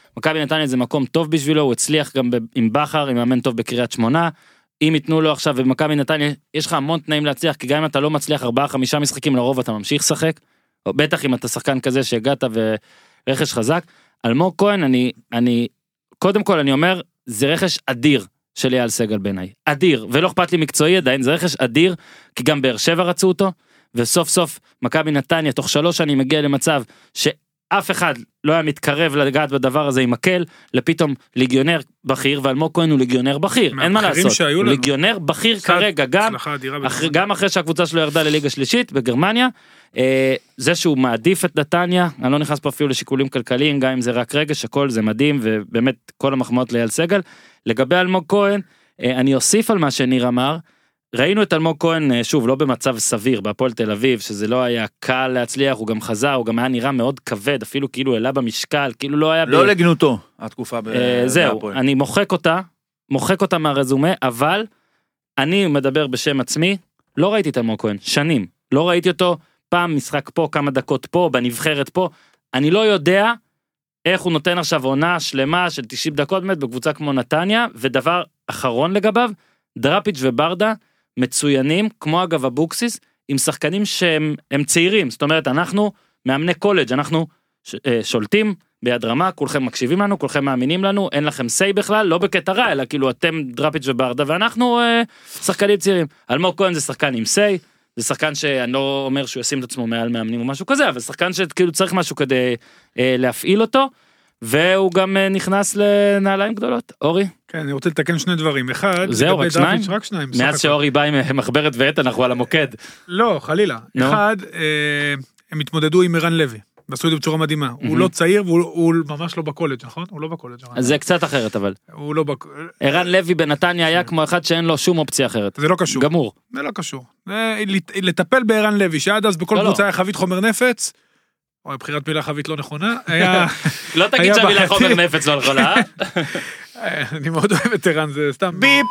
מכבי נתניה זה מקום טוב בשבילו, הוא הצליח גם עם בחר, עם מאמן טוב בקריית שמונה, אם ייתנו לו עכשיו, ובמכבי נתניה, יש לך המון תנאים להצליח, כי גם אם אתה לא מצליח ארבעה, חמישה משחקים, לרוב אתה ממשיך לשחק, או בטח אם אתה שחקן כזה שהגעת ורכש חזק. אלמוג כהן, אני, אני, קודם כל אני אומר, זה רכש אדיר של אייל סגל בעיניי, אדיר, ולא אכפת לי מקצועי עדיין, זה רכש אדיר, כי גם באר שבע רצו אותו, וסוף סוף מכבי נתניה, תוך שלוש שנים מגיע למצב שאף אחד לא היה מתקרב לגעת בדבר הזה עם מקל, לפתאום ליגיונר בכיר, ואלמוג כהן הוא ליגיונר בכיר, אין מה לעשות, הוא ליגיונר בכיר כרגע, גם, אחרי, גם אחרי שהקבוצה שלו ירדה לליגה שלישית בגרמניה, אה, זה שהוא מעדיף את נתניה, אני לא נכנס פה אפילו לשיקולים כלכליים, גם אם זה רק רגע, שכל זה מדהים, ובאמת כל המחמאות לאייל סגל. לגבי אלמוג כהן, אה, אני אוסיף על מה שניר אמר, ראינו את אלמוג כהן, שוב, לא במצב סביר, בהפועל תל אביב, שזה לא היה קל להצליח, הוא גם חזר, הוא גם היה נראה מאוד כבד, אפילו כאילו העלה במשקל, כאילו לא היה... לא לגנותו, התקופה בהפועל. זהו, אני מוחק אותה, מוחק אותה מהרזומה, אבל אני מדבר בשם עצמי, לא ראיתי את אלמוג כהן, שנים, לא ראיתי אותו, פעם משחק פה, כמה דקות פה, בנבחרת פה, אני לא יודע איך הוא נותן עכשיו עונה שלמה של תשעים דקות באמת, בקבוצה כמו נתניה, ודבר אחרון לגביו, דראפיץ' וברדה, מצוינים, כמו אגב אבוקסיס, עם שחקנים שהם הם צעירים, זאת אומרת, אנחנו מאמני קולג', אנחנו ש, אה, שולטים ביד רמה, כולכם מקשיבים לנו, כולכם מאמינים לנו, אין לכם סי בכלל, לא בקטע רע, אלא כאילו אתם דראפיץ' וברדה, ואנחנו אה, שחקנים צעירים. אלמוג כהן זה שחקן עם סי, זה שחקן שאני לא אומר שהוא ישים את עצמו מעל מאמנים או משהו כזה, אבל שחקן שכאילו צריך משהו כדי אה, להפעיל אותו, והוא גם אה, נכנס לנעליים גדולות. אורי? כן, אני רוצה לתקן שני דברים. אחד, זהו, רק שניים? רק שניים. מאז שאורי בא עם מחברת ועת, אנחנו על המוקד. לא, חלילה. אחד, הם התמודדו עם ערן לוי, ועשו את זה בצורה מדהימה. הוא לא צעיר, והוא ממש לא בקולג', נכון? הוא לא בקולג'. אז זה קצת אחרת, אבל. הוא לא בקולג'. ערן לוי בנתניה היה כמו אחד שאין לו שום אופציה אחרת. זה לא קשור. גמור. זה לא קשור. לטפל בערן לוי, שעד אז בכל קבוצה היה חבית חומר נפץ, או בחירת מילה חבית לא נכונה, היה... לא תגיד שהמילה חומר נפץ לא נכונה, אני מאוד אוהב את ערן, זה סתם ביפ.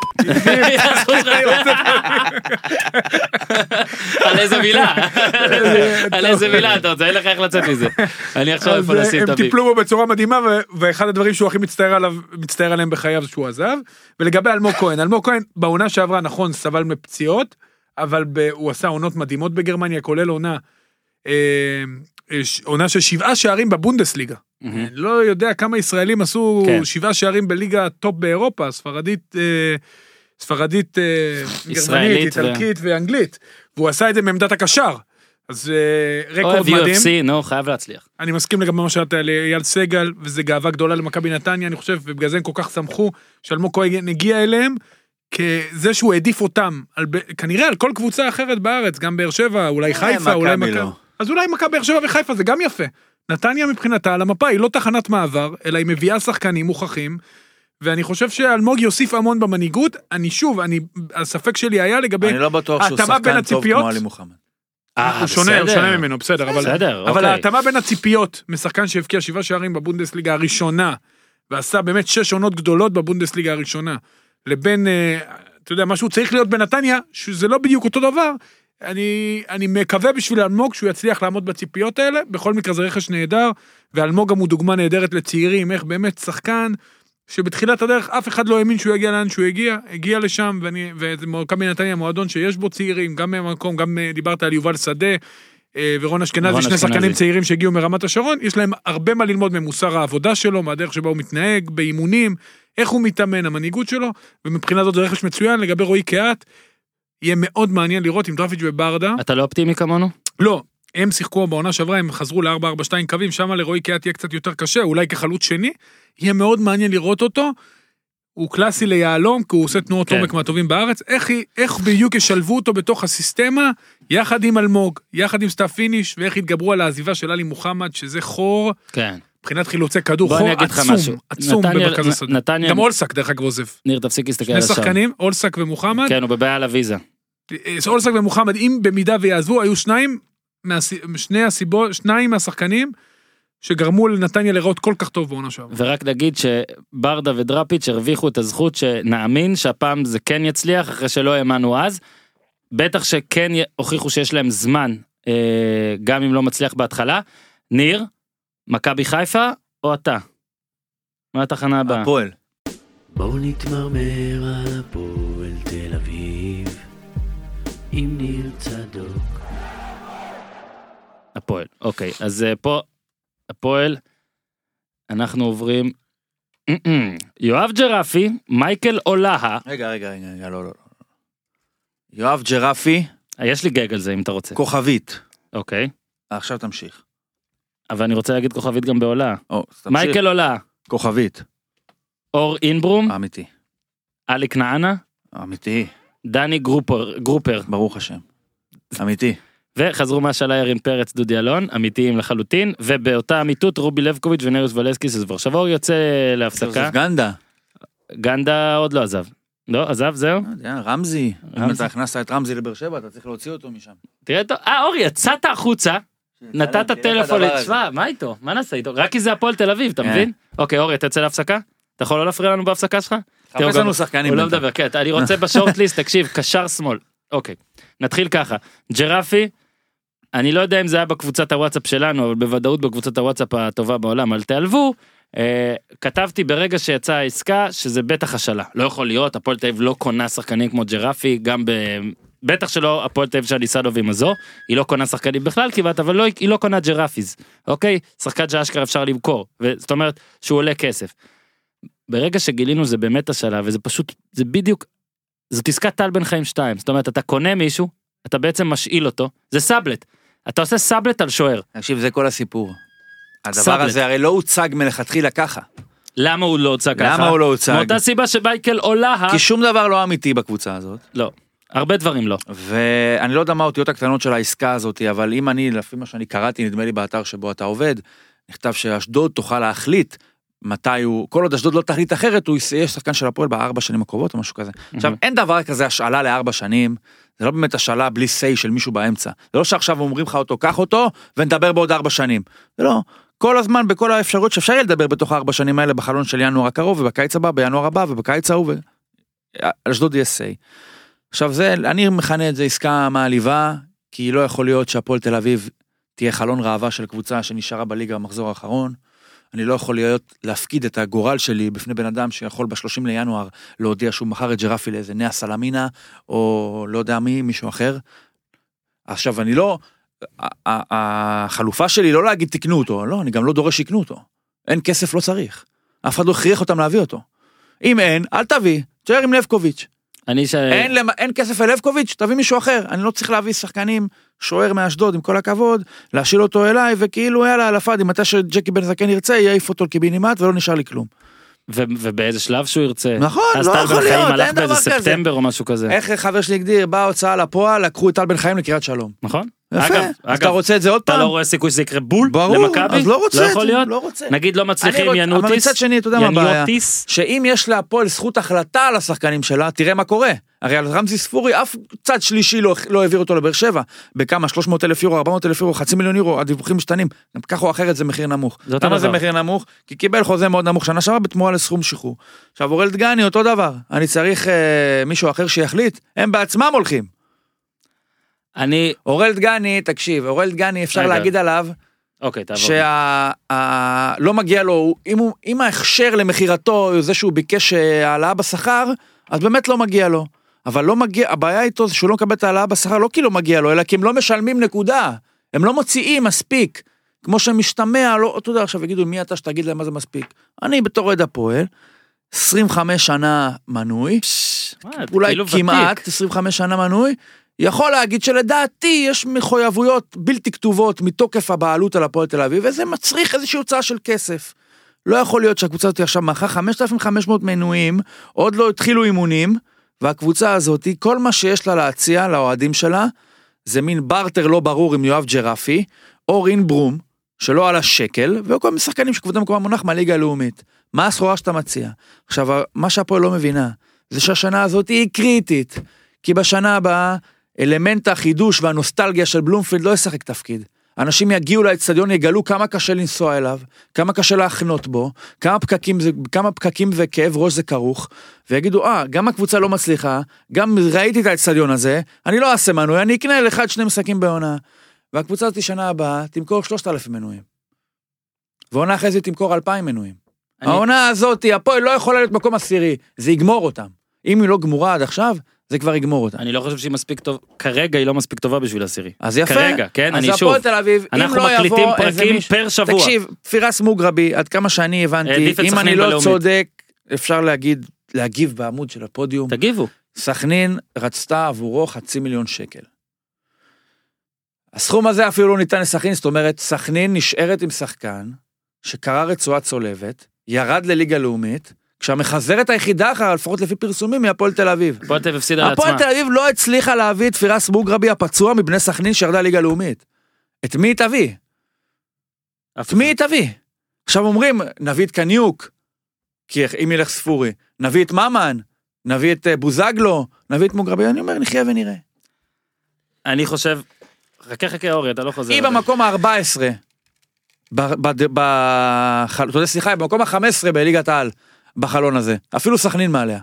על איזה מילה? על איזה מילה, אתה רוצה, אין לך איך לצאת מזה. אני עכשיו איפה לשים את הביפ. הם טיפלו בו בצורה מדהימה, ואחד הדברים שהוא הכי מצטער עליהם בחייו, זה שהוא עזב. ולגבי אלמוג כהן, אלמוג כהן בעונה שעברה, נכון, סבל מפציעות, אבל הוא עשה עונות מדהימות בגרמניה, כולל עונה, עונה של שבעה שערים בבונדסליגה. אני לא יודע כמה ישראלים עשו שבעה שערים בליגה טופ באירופה, ספרדית, ספרדית, גרמנית, איטלקית ואנגלית, והוא עשה את זה מעמדת הקשר, אז רקורד מדהים. אוהב יו אף סי, נו, חייב להצליח. אני מסכים לגבי מה שאתה על אייל סגל, וזה גאווה גדולה למכבי נתניה, אני חושב, ובגלל זה הם כל כך שמחו, שאלמוג כהן הגיע אליהם, כזה שהוא העדיף אותם, כנראה על כל קבוצה אחרת בארץ, גם באר שבע, אולי חיפה, אולי מכבי. אז אולי מכבי באר שבע וחיפה, זה גם יפה. נתניה מבחינתה על המפה היא לא תחנת מעבר, אלא היא מביאה שחקנים מוכחים, ואני חושב שאלמוג יוסיף המון במנהיגות. אני שוב, אני, הספק שלי היה לגבי... אני לא בטוח שהוא שחקן טוב כמו עלי מוחמד. הוא שונה, הוא שונה ממנו, בסדר, אבל ההתאמה בין הציפיות, משחקן שהבקיע שבעה שערים בבונדסליגה הראשונה, ועשה באמת שש עונות גדולות בבונדסליגה הראשונה, לבין, אתה יודע, משהו צריך להיות בנתניה, שזה לא בדיוק אותו דבר, אני, אני מקווה בשביל אלמוג שהוא יצליח לעמוד בציפיות האלה, בכל מקרה זה רכש נהדר, ואלמוג גם הוא דוגמה נהדרת לצעירים, איך באמת שחקן, שבתחילת הדרך אף אחד לא האמין שהוא יגיע לאן שהוא הגיע, הגיע לשם, ואני, ומכבי נתניה מועדון שיש בו צעירים, גם במקום, גם דיברת על יובל שדה, ורון אשכנזי, שני שחקנים צעירים שהגיעו מרמת השרון, יש להם הרבה מה ללמוד ממוסר העבודה שלו, מהדרך שבה הוא מתנהג, באימונים, איך הוא מתאמן, המנהיגות שלו, ומבחינה זאת זה רכש מצוין, לגבי רועי קהת, יהיה מאוד מעניין לראות עם דראפיץ' וברדה. אתה לא אופטימי כמונו? לא, הם שיחקו בעונה שעברה, הם חזרו ל-ארבע ארבע שתיים קווים, שם לרועי קהת יהיה קצת יותר קשה, אולי כחלוץ שני, יהיה מאוד מעניין לראות אותו, הוא קלאסי ליעלום, כי הוא עושה תנועות עומק מהטובים בארץ, איך, איך בדיוק ישלבו אותו בתוך הסיסטמה, יחד עם אלמוג, יחד עם סטאפ פיניש, ואיך יתגברו על העזיבה של עלי מוחמד, שזה חור, כן. מבחינת חילוצי כדור, חור עצום, עצום במרכז השדה. גם אולסק דרך אגב עוזב. ניר, תפסיק להסתכל על השם. שני שחקנים, אולסק ומוחמד. כן, הוא בבעיה על הוויזה. אולסק ומוחמד, אם במידה ויעזבו, היו שניים, שני הסיבות, שניים מהשחקנים, שגרמו לנתניה לראות כל כך טוב בעונה שעברה. ורק נגיד שברדה ודראפיץ' הרוויחו את הזכות שנאמין שהפעם זה כן יצליח, אחרי שלא האמנו אז, בטח שכן הוכיחו שיש להם זמן, גם אם לא מצליח בהתחלה. ניר, מכבי חיפה או אתה? מה התחנה הבאה? הפועל. בואו נתמרמר על הפועל תל אביב, עם ניר צדוק. הפועל, אוקיי, אז פה, הפועל, אנחנו עוברים, יואב ג'רפי, מייקל אולהה. רגע, רגע, רגע, לא, לא, לא. יואב ג'רפי. יש לי גג על זה אם אתה רוצה. כוכבית. אוקיי. עכשיו תמשיך. אבל אני רוצה להגיד כוכבית גם באולהה. או, תמשיך. מייקל אולהה. כוכבית. אור אינברום. אמיתי. אלי כנענה. אמיתי. דני גרופר, גרופר. ברוך השם. אמיתי. וחזרו מהשאלה ירין פרץ, דודי אלון, אמיתיים לחלוטין, ובאותה אמיתות רובי לבקוביץ' ונריוס ולסקיס, אז עכשיו אור יוצא להפסקה. גנדה. גנדה עוד לא עזב. לא, עזב, זהו? רמזי. אם אתה הכנסת את רמזי לבאר שבע, אתה צריך להוציא אותו משם. תראה אותו, אה אור, יצאת החוצה, נתת טלפון לצבא, מה איתו? מה נעשה איתו? רק כי זה הפועל תל אביב, אתה מבין? אוקיי, אור, אתה יוצא להפסקה? אתה יכול לא להפריע לנו בהפסקה שלך? חפש לנו שחקנים. הוא לא מדבר, כן, אני רוצה בשורטליסט, תקשיב, קשר שמאל. אוקיי, נתחיל ככה. ג'רפי, אני לא יודע אם זה היה בקבוצת הוואטסאפ שלנו, אבל בוודאות בקבוצת הוואטסאפ הטובה בעולם, אל תעלבו, אה, כתבתי ברגע שיצאה העסקה, שזה בטח השאלה. לא יכול להיות, הפועל תל אביב לא קונה שחקנים כמו ג'רפי, גם ב... בטח שלא הפועל תל אביב של ליסדוב עם הזו, היא לא קונה שחקנים בכלל כמעט, אבל לא, היא לא קונה ג'רפיז, אוקיי? שחקן שאשכרה אפשר למכור, זאת אומרת שהוא עולה כסף. ברגע שגילינו זה באמת השאלה, וזה פשוט, זה בדיוק, זאת עסקת טל בן חיים שתיים, זאת אומרת, אתה קונה מישהו, אתה בעצם משאיל אותו, זה סאבלט, אתה עושה סאבלט על שוער. תקשיב, זה כל הסיפור. הדבר הזה הרי לא הוצג מלכתחילה ככה. למה הוא לא הוצג ככה? למה הוא לא הוצג? מאותה סיבה שמייקל אולהה... כי שום דבר לא אמיתי בקבוצה הזאת. לא, הרבה דברים לא. ואני לא יודע מה האותיות הקטנות של העסקה הזאת, אבל אם אני, לפי מה שאני קראתי, נדמה לי באתר שבו אתה עובד, נכתב שאשדוד תוכל להחליט מתי הוא, כל עוד אשדוד לא תחליט אחרת, הוא יהיה שחקן של הפועל בארבע שנים הקרובות או משהו כזה. עכשיו, אין דבר כזה השאלה לארבע שנים, זה לא באמת השאלה בלי סי של מישהו באמצע. זה לא שעכשיו אומרים לך אותו, קח אותו, ונדבר בעוד ארבע שנים. זה לא. כל הזמן, בכל האפשרות שאפשר יהיה לדבר בתוך הארבע שנים האלה, בחלון של ינואר הקרוב, ובקיץ הבא, בינואר הבא, ובקיץ ההוא, אשדוד יהיה סי. עכשיו זה, אני מכנה את זה עסקה מעליבה, כי לא יכול להיות שהפועל תל אביב תהיה חלון ראווה של קבוצה שנשארה בליגה במחזור האחרון. אני לא יכול להיות, להפקיד את הגורל שלי בפני בן אדם שיכול בשלושים לינואר להודיע שהוא מכר את ג'רפי לאיזה נאה סלמינה, או לא יודע מי, מישהו אחר. עכשיו אני לא, החלופה שלי לא להגיד תקנו אותו, לא, אני גם לא דורש שיקנו אותו. אין כסף, לא צריך. אף אחד לא הכריח אותם להביא אותו. אם אין, אל תביא, תשאר עם לבקוביץ'. אני ש... אין, אין כסף ללבקוביץ', תביא מישהו אחר. אני לא צריך להביא שחקנים, שוער מאשדוד, עם כל הכבוד, להשיל אותו אליי, וכאילו, יאללה, על הפאדי, מתי שג'קי בן זקן ירצה, יעיף אותו קיבינימט, ולא נשאר לי כלום. ו- ובאיזה שלב שהוא ירצה. נכון, לא יכול להיות, אין דבר כזה. באיזה ספטמבר או משהו כזה. איך חבר שלי הגדיר, באה הוצאה לפועל, לקחו את טל בן חיים לקריית שלום. נכון. יפה, אגב, אז אגב, אתה רוצה את זה עוד אתה פעם? לא רואה סיכוי שזה יקרה בול ברור, למכבי? אז לא רוצה, לא יכול להיות? לא רוצה. נגיד לא מצליחים רוצ... ינוטיס, אבל מצד שני, אתה יודע מה הבעיה? ינוטיס. שאם יש להפועל זכות החלטה על השחקנים שלה, תראה מה קורה. הרי על רמזי ספורי, אף צד שלישי לא, לא העביר אותו לבאר שבע. בכמה? שלוש מאות אלף יורו, ארבע מאות אלף יורו, חצי מיליון יורו, הדיווחים משתנים. כך או אחרת זה מחיר נמוך. למה זה מחיר נמוך? כי קיבל חוזה מאוד נמוך, שנה שעברה בתמורה לסכום שחרור. עכשיו, אורל דגני, אותו דבר. אני צריך אה, מישהו אחר שיחליט. הם בעצמם הולכים. אני... אורל דגני, תקשיב, אורל דגני אפשר רגע. להגיד עליו, אוקיי, תעבור. שלא מגיע לו, אם, הוא, אם ההכשר למחירתו, זה שהוא ביקש העלאה בשכר, אז באמת לא מגיע לו. אבל לא מגיע, הבעיה איתו זה שהוא לא מקבל את העלאה בשכר, לא כי לא מגיע לו, אלא כי הם לא משלמים נקודה. הם לא מוציאים מספיק. כמו שמשתמע, לא, אתה יודע, עכשיו יגידו, מי אתה שתגיד להם מה זה מספיק? אני בתור עד הפועל, עשרים וחמש שנה מנוי, אולי כמעט עשרים וחמש שנה מנוי, יכול להגיד שלדעתי יש מחויבויות בלתי כתובות מתוקף הבעלות על הפועל תל אביב, וזה מצריך איזושהי הוצאה של כסף. לא יכול להיות שהקבוצה הזאת עכשיו מאחר חמשת אלפים וחמש מאות מנויים, עוד לא התחילו אימונים, והקבוצה הזאת, כל מה שיש לה להציע לאוהדים שלה, זה מין ברטר לא ברור עם יואב ג'רפי, או רין ברום, שלא על השקל, וכל מיני שחקנים שכבודם כמו המונח מהליגה הלאומית. מה הסחורה שאתה מציע? עכשיו, מה שהפועל לא מבינה, זה שהשנה הזאת היא קריטית, כי בשנה הבאה, אלמנט החידוש והנוסטלגיה של בלומפילד לא ישחק תפקיד. אנשים יגיעו לאצטדיון, יגלו כמה קשה לנסוע אליו, כמה קשה להכנות בו, כמה פקקים, זה, כמה פקקים וכאב ראש זה כרוך, ויגידו, אה, גם הקבוצה לא מצליחה, גם ראיתי את האצטדיון הזה, אני לא אעשה מנוי, אני אקנה לאחד שני משחקים בעונה, והקבוצה הזאת שנה הבאה תמכור שלושת אלפים מנויים. ועונה אחרי זה תמכור אלפיים מנויים. העונה הזאת, הפועל לא יכולה להיות מקום עשירי, זה יגמור אותם. אם היא לא גמורה עד עכשיו, זה כבר יגמור אותם. אני לא חושב שהיא מספיק טוב, כרגע היא לא מספיק טובה בשביל עשירי. אז יפה. כרגע, כן, אני אז שוב. הפועל תל אביב, אם אנחנו לא מקליטים יבוא פרקים מיש... פר שבוע. תקשיב, פירס מוגרבי, עד כמה שאני הבנתי, אם אני לא בלאומית. צודק, אפשר להגיד, להגיב בעמוד של הפודיום. תגיבו. סכנין רצתה עבורו חצי מיליון שקל. הסכום הזה אפילו לא ניתן לסכנין, זאת אומרת, סכנין נשארת עם שחקן, שקרא רצועה צולבת, ירד לליגה לאומית, כשהמחזרת היחידה אחר, לפחות לפי פרסומים, היא הפועל תל אביב. הפועל תל אביב הפסידה לעצמה. הפועל תל אביב לא הצליחה להביא את פירס מוגרבי הפצוע מבני סכנין שירדה ליגה לאומית. את מי היא תביא? את מי היא תביא? עכשיו אומרים, נביא את קניוק, כי אם ילך ספורי, נביא את ממן, נביא את בוזגלו, נביא את מוגרבי, אני אומר, נחיה ונראה. אני חושב, חכה חכה אורי, אתה לא חוזר. היא במקום ה-ארבע עשרה, אתה יודע, סליחה, במקום ה-חמש עשרה בליגת העל, בחלון הזה, אפילו סכנין מעליה.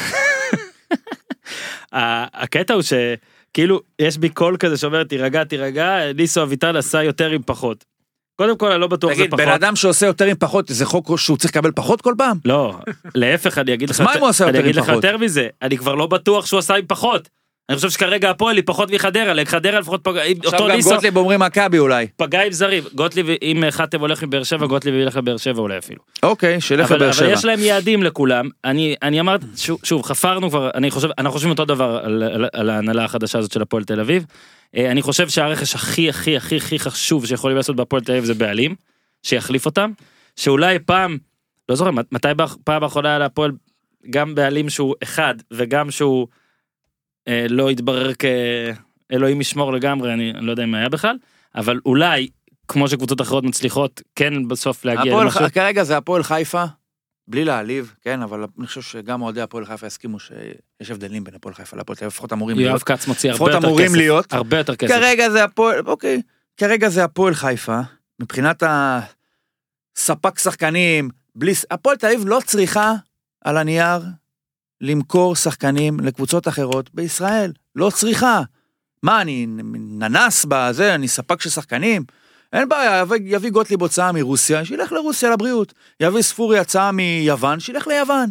הקטע הוא שכאילו יש בי קול כזה שאומר תירגע תירגע, ניסו אביטל עשה יותר עם פחות. קודם כל אני לא בטוח זה פחות. תגיד, בן אדם שעושה יותר עם פחות, זה חוק שהוא צריך לקבל פחות כל פעם? לא, להפך אני אגיד לך, מה אם הוא עושה יותר עם פחות? אני אגיד לך יותר מזה, אני כבר לא בטוח שהוא עשה עם פחות. אני חושב שכרגע הפועל היא פחות מחדרה, לחדרה לפחות פגע, עכשיו גם גוטליב אומרים מכבי אולי. פגע עם זרים, גוטליב אם חתם הולך מבאר שבע, גוטליב ילך לבאר שבע אולי אפילו. אוקיי, שילך לבאר שבע. אבל יש להם יעדים לכולם, אני, אני אמרת, שוב, שוב, חפרנו כבר, אני חושב, אנחנו חושבים אותו דבר על, על, על ההנהלה החדשה הזאת של הפועל תל אביב, אני חושב שהרכש הכי הכי הכי הכי חשוב שיכולים לעשות בהפועל תל אביב זה בעלים, שיחליף אותם, שאולי פעם, לא זוכר, מתי פעם האחרונה על הפועל, גם בעלים שהוא אחד, וגם שהוא לא יתברר כאלוהים ישמור לגמרי, אני לא יודע אם היה בכלל, אבל אולי, כמו שקבוצות אחרות מצליחות, כן בסוף להגיע למשהו. כרגע זה הפועל חיפה, בלי להעליב, כן, אבל אני חושב שגם אוהדי הפועל חיפה הסכימו שיש הבדלים בין הפועל חיפה לפועל תל אביב, לפחות אמורים להיות. יואב כץ מוציא הרבה יותר כסף. הרבה יותר כסף. כרגע זה הפועל, אוקיי, כרגע זה הפועל חיפה, מבחינת הספק שחקנים, בלי, הפועל תל אביב לא צריכה על הנייר למכור שחקנים לקבוצות אחרות בישראל. לא צריכה. מה, אני ננס בזה, אני ספק של שחקנים? אין בעיה, יביא גוטליב הוצאה מרוסיה, שילך לרוסיה לבריאות. יביא ספורי הצעה מיוון, שילך ליוון.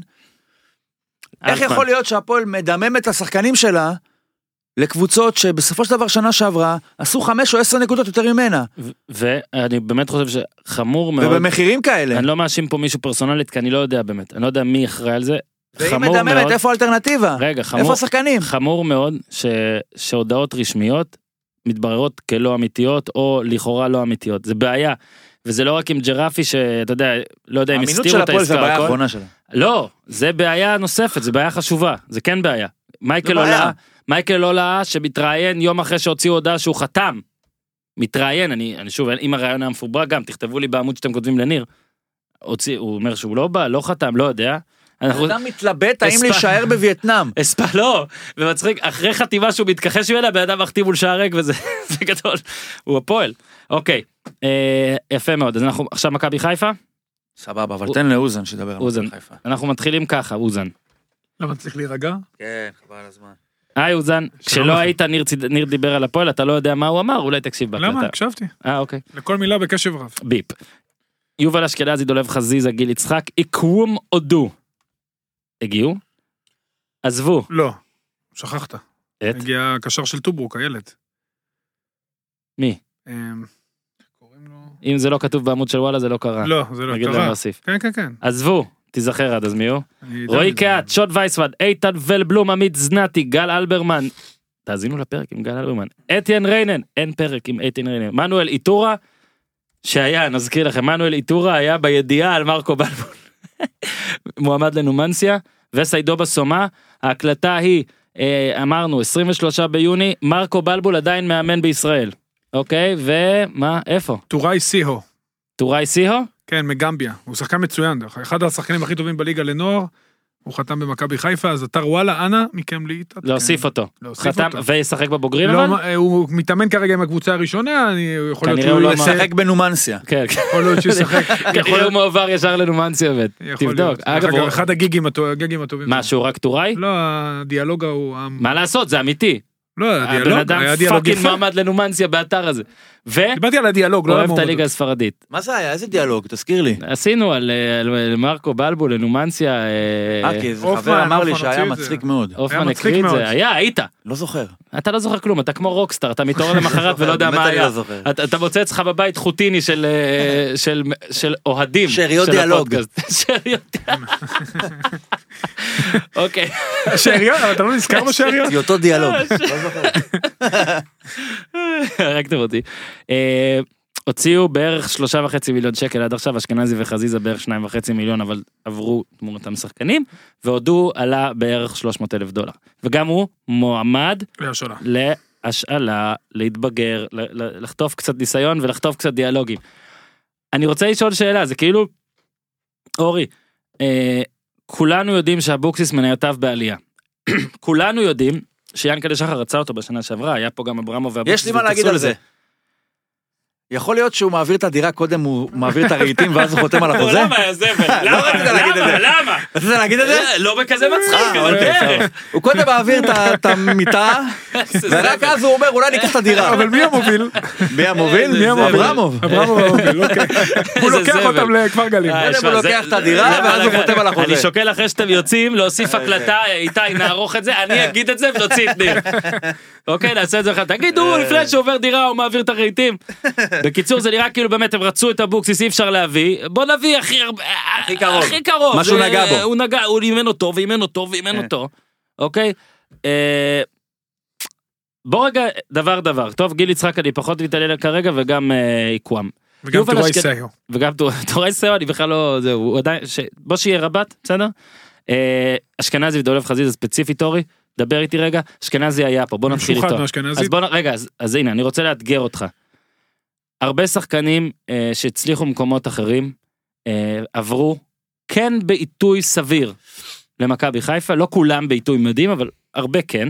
איך יכול להיות שהפועל מדמם את השחקנים שלה לקבוצות שבסופו של דבר שנה שעברה עשו חמש או עשר נקודות יותר ממנה? ואני באמת חושב שחמור מאוד. ובמחירים כאלה. אני לא מאשים פה מישהו פרסונלית, כי אני לא יודע באמת. אני לא יודע מי אחראי על זה. והיא מדממת, איפה האלטרנטיבה? רגע, חמור, איפה השחקנים? חמור מאוד ש, שהודעות רשמיות מתבררות כלא אמיתיות או לכאורה לא אמיתיות. זה בעיה. וזה לא רק עם ג'רפי שאתה יודע, לא יודע אם הסתירו את העסקה. האמינות של הפועל זה בעיה האחרונה שלה. לא, זה בעיה נוספת, זה בעיה חשובה. זה כן בעיה. מייקל עולה, מייקל עולה שמתראיין יום אחרי שהוציאו הודעה שהוא חתם. מתראיין, אני, אני שוב, אם הרעיון היה מפוברק גם, תכתבו לי בעמוד שאתם כותבים לניר. הוציא, הוא אומר שהוא לא בא, לא חתם, לא יודע. אדם מתלבט האם להישאר בווייטנאם. אספה, לא, ומצחיק, אחרי חתימה שהוא מתכחש ממנה, בן אדם מחתים מול שער ריק, וזה גדול, הוא הפועל. אוקיי, יפה מאוד, אז אנחנו עכשיו מכבי חיפה? סבבה, אבל תן לאוזן שידבר על מכבי חיפה. אנחנו מתחילים ככה, אוזן. למה צריך להירגע? כן, חבל הזמן. היי אוזן, כשלא היית, ניר דיבר על הפועל, אתה לא יודע מה הוא אמר, אולי תקשיב בהקלטה. למה? הקשבתי. אה, אוקיי. לכל מילה בקשב רב. ביפ. יובל אשכנזי, דולב חזיזה, גיל יצחק, איקוום עודו. הגיעו? עזבו. לא, שכחת. את? הגיע הקשר של טוברוק, הילד. מי? קוראים לו... אם זה לא כתוב בעמוד של וואלה, זה לא קרה. לא, זה לא קרה. כן, כן, כן. עזבו, תיזכר עד, אז מי הוא? רועי קהת, שוט וייסווד, איתן ולבלום, עמית זנתי, גל אלברמן. תאזינו לפרק עם גל אלברמן. אתיין ריינן, אין פרק עם אתיין ריינן. מנואל איתורה, שהיה, נזכיר לכם, מנואל איתורה היה בידיעה על מרקו בלבול. מועמד לנומנסיה, וסיידו בסומה, ההקלטה היא, אמרנו, עשרים ושלושה ביוני, מרקו בלבול עדיין מאמן בישראל. אוקיי, ומה, איפה? טוראי סיהו. טוראי סיהו? כן, מגמביה. הוא שחקן מצוין, דרך. אחד השחקנים הכי טובים בליגה לנוער, הוא חתם במכבי חיפה, אז אתר וואלה, אנא, מכם להתעדכן. להוסיף אותו. חתם, וישחק בבוגרים אבל? הוא מתאמן כרגע עם הקבוצה הראשונה, אני יכול להיות שהוא לא ישחק בנומנסיה. כן, יכול להיות שישחק. כנראה הוא מעובר ישר לנומנסיה, תבדוק. אחד הגיגים הטובים. מה, שהוא רק טוראי? לא, הדיאלוג הוא... מה לעשות, זה אמיתי. לא, הבן אדם פאקינג מעמד לנומנסיה באתר הזה. דיברתי על הדיאלוג, לא על ואוהב את המועמדות. הליגה הספרדית. מה זה היה? איזה דיאלוג? תזכיר לי. עשינו על על מרקו בלבול, לנומנסיה, אה, כי איזה אופמן, חבר אמר לי אופמן שהיה הוציא את זה. מצחיק מאוד. אופמן מצחיק הקריא את מאוד. זה, היה, היית. לא זוכר. אתה לא זוכר כלום, אתה כמו רוקסטאר, אתה מתעורר למחרת ולא יודע באמת מה אני היה. לא זוכר. אתה אתה מוצא אצלך בבית חוטיני של אה, של של אוהדים. שאריות של דיאלוג. הפודקאסט. שאריות דיאלוג. אוקיי. השאריות, אבל אתה לא נזכר בשאריות? זה אותו דיאלוג. לא זוכר. הרגתם אותי. אה, הוציאו בערך שלושה וחצי מיליון שקל עד עכשיו, אשכנזי וחזיזה בערך שניים וחצי מיליון, אבל עברו תמורתם שחקנים, והודו עלה בערך שלוש מאות אלף דולר. וגם הוא מועמד להשאלה. להשאלה, להתבגר, ל- ל- לחטוף קצת ניסיון ולחטוף קצת דיאלוגים. אני רוצה לשאול שאלה, זה כאילו, אורי, אה, כולנו יודעים שהבוקסיס מניותיו בעלייה. כולנו יודעים שיאנקל'ה שחר רצה אותו בשנה שעברה, היה פה גם אברמוב והבוקסיס. יש לי מה להגיד על זה. יכול להיות שהוא מעביר את הדירה קודם, הוא מעביר את הרהיטים ואז הוא חותם על החוזה? למה היה זבל? למה? רצית להגיד את זה. למה? רצית להגיד את זה? לא בכזה מצחיק, אה, אבל אוקיי, בערך. טוב. הוא קודם מעביר את ה- את המיטה, ורק אז הוא אומר אולי ניקח את הדירה. אבל מי המוביל? מי המוביל? מי המוביל? אברמוב. אברמוב המוביל, אוקיי. הוא איזה לוקח זבל. אותם לכפר גלים. אה, קודם שמע, הוא זה- לוקח את הדירה, זה- ואז הוא זה- חותם על החוזה. אני שוקל אחרי שאתם יוצאים להוסיף הקלטה, איתי נערוך את זה, אני אגיד את זה ונוציא את ניר. אוקיי, נעשה את זה אחד. תגידו, לפני שהוא עובר דירה הוא מעביר את הרהיטים. בקיצור, זה נראה כאילו באמת הם רצו את אבוקסיס, אי אפשר להביא. בוא נביא הכי הרבה, הכי קרוב. הכי קרוב. מה שהוא זה- נגע בו. הוא נגע, הוא אימן אותו, ואימן אותו, ואימן אותו. אוקיי? אה, בוא רגע, דבר דבר. טוב, גיל יצחק אני פחות מתעלל כרגע, וגם אה, איקוואם. וגם יובל טוראי אשכנ- סאיו. וגם תוראי סאיו, אני בכלל לא, זהו, הוא עדיין, ש... בוא שיהיה רבת, בסדר? אה, אשכנזי ודולב חזיזה ספציפית, אורי, דבר איתי רגע, אשכנזי היה פה, בוא נתחיל משוחד איתו. מאשכנזי. אז בוא, נ- רגע, אז, אז הנה, אני רוצה לאתגר אותך. הרבה שחקנים אה, שהצליחו במקומות אחרים, אה, עברו, כן בעיתוי סביר למכבי חיפה, לא כולם בעיתוי מדהים, אבל הרבה כן,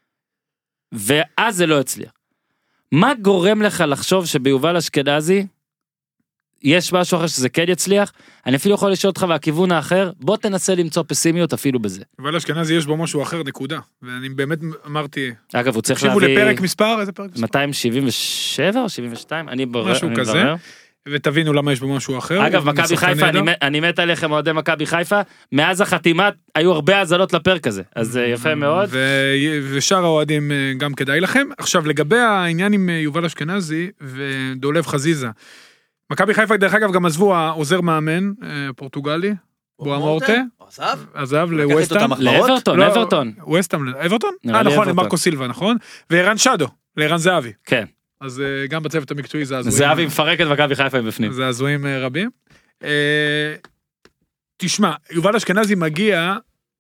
ואז זה לא הצליח. מה גורם לך לחשוב שביובל אשכנזי, יש משהו אחר שזה כן יצליח, אני אפילו יכול לשאול אותך והכיוון האחר, בוא תנסה למצוא פסימיות אפילו בזה. אבל אשכנזי יש בו משהו אחר, נקודה. ואני באמת אמרתי, אגב, הוא צריך תקשיבו להביא לפרק מספר, איזה פרק מספר? מאתיים שבעים ושבע או שבעים ושתיים, אני ברר, משהו אני כזה. מברר. ותבינו למה יש בו משהו אחר. אגב, הוא מכבי שחקן חיפה, אני נהדר. מת- אני מת עליכם אוהדי מכבי חיפה, מאז החתימה היו הרבה האזנות לפרק הזה, אז זה יפה מאוד. ו- ושאר האוהדים אה, גם כדאי לכם. עכשיו, לגבי העניין עם אה, יובל אשכנזי ודולב חזיזה, מכבי חיפה, דרך אגב, גם עזבו העוזר מאמן, אה, פורטוגלי, בואה מורטה, עזב? עזב לקח לווסטהאם. איתו את המחמרות? לאברטון, לא, אברטון. ווסטהאם, אברטון? נראה אה, לי נכון, אברטון. למרקו סילבה, נכון? וערן שדו, לערן זהבי. כן, אז אה, גם בצוות המקצועי זה הזויים. זהבי מפרק את מכבי חיפה בפנים. זה הזויים אה, רבים. אה, תשמע, יובל אשכנזי מגיע,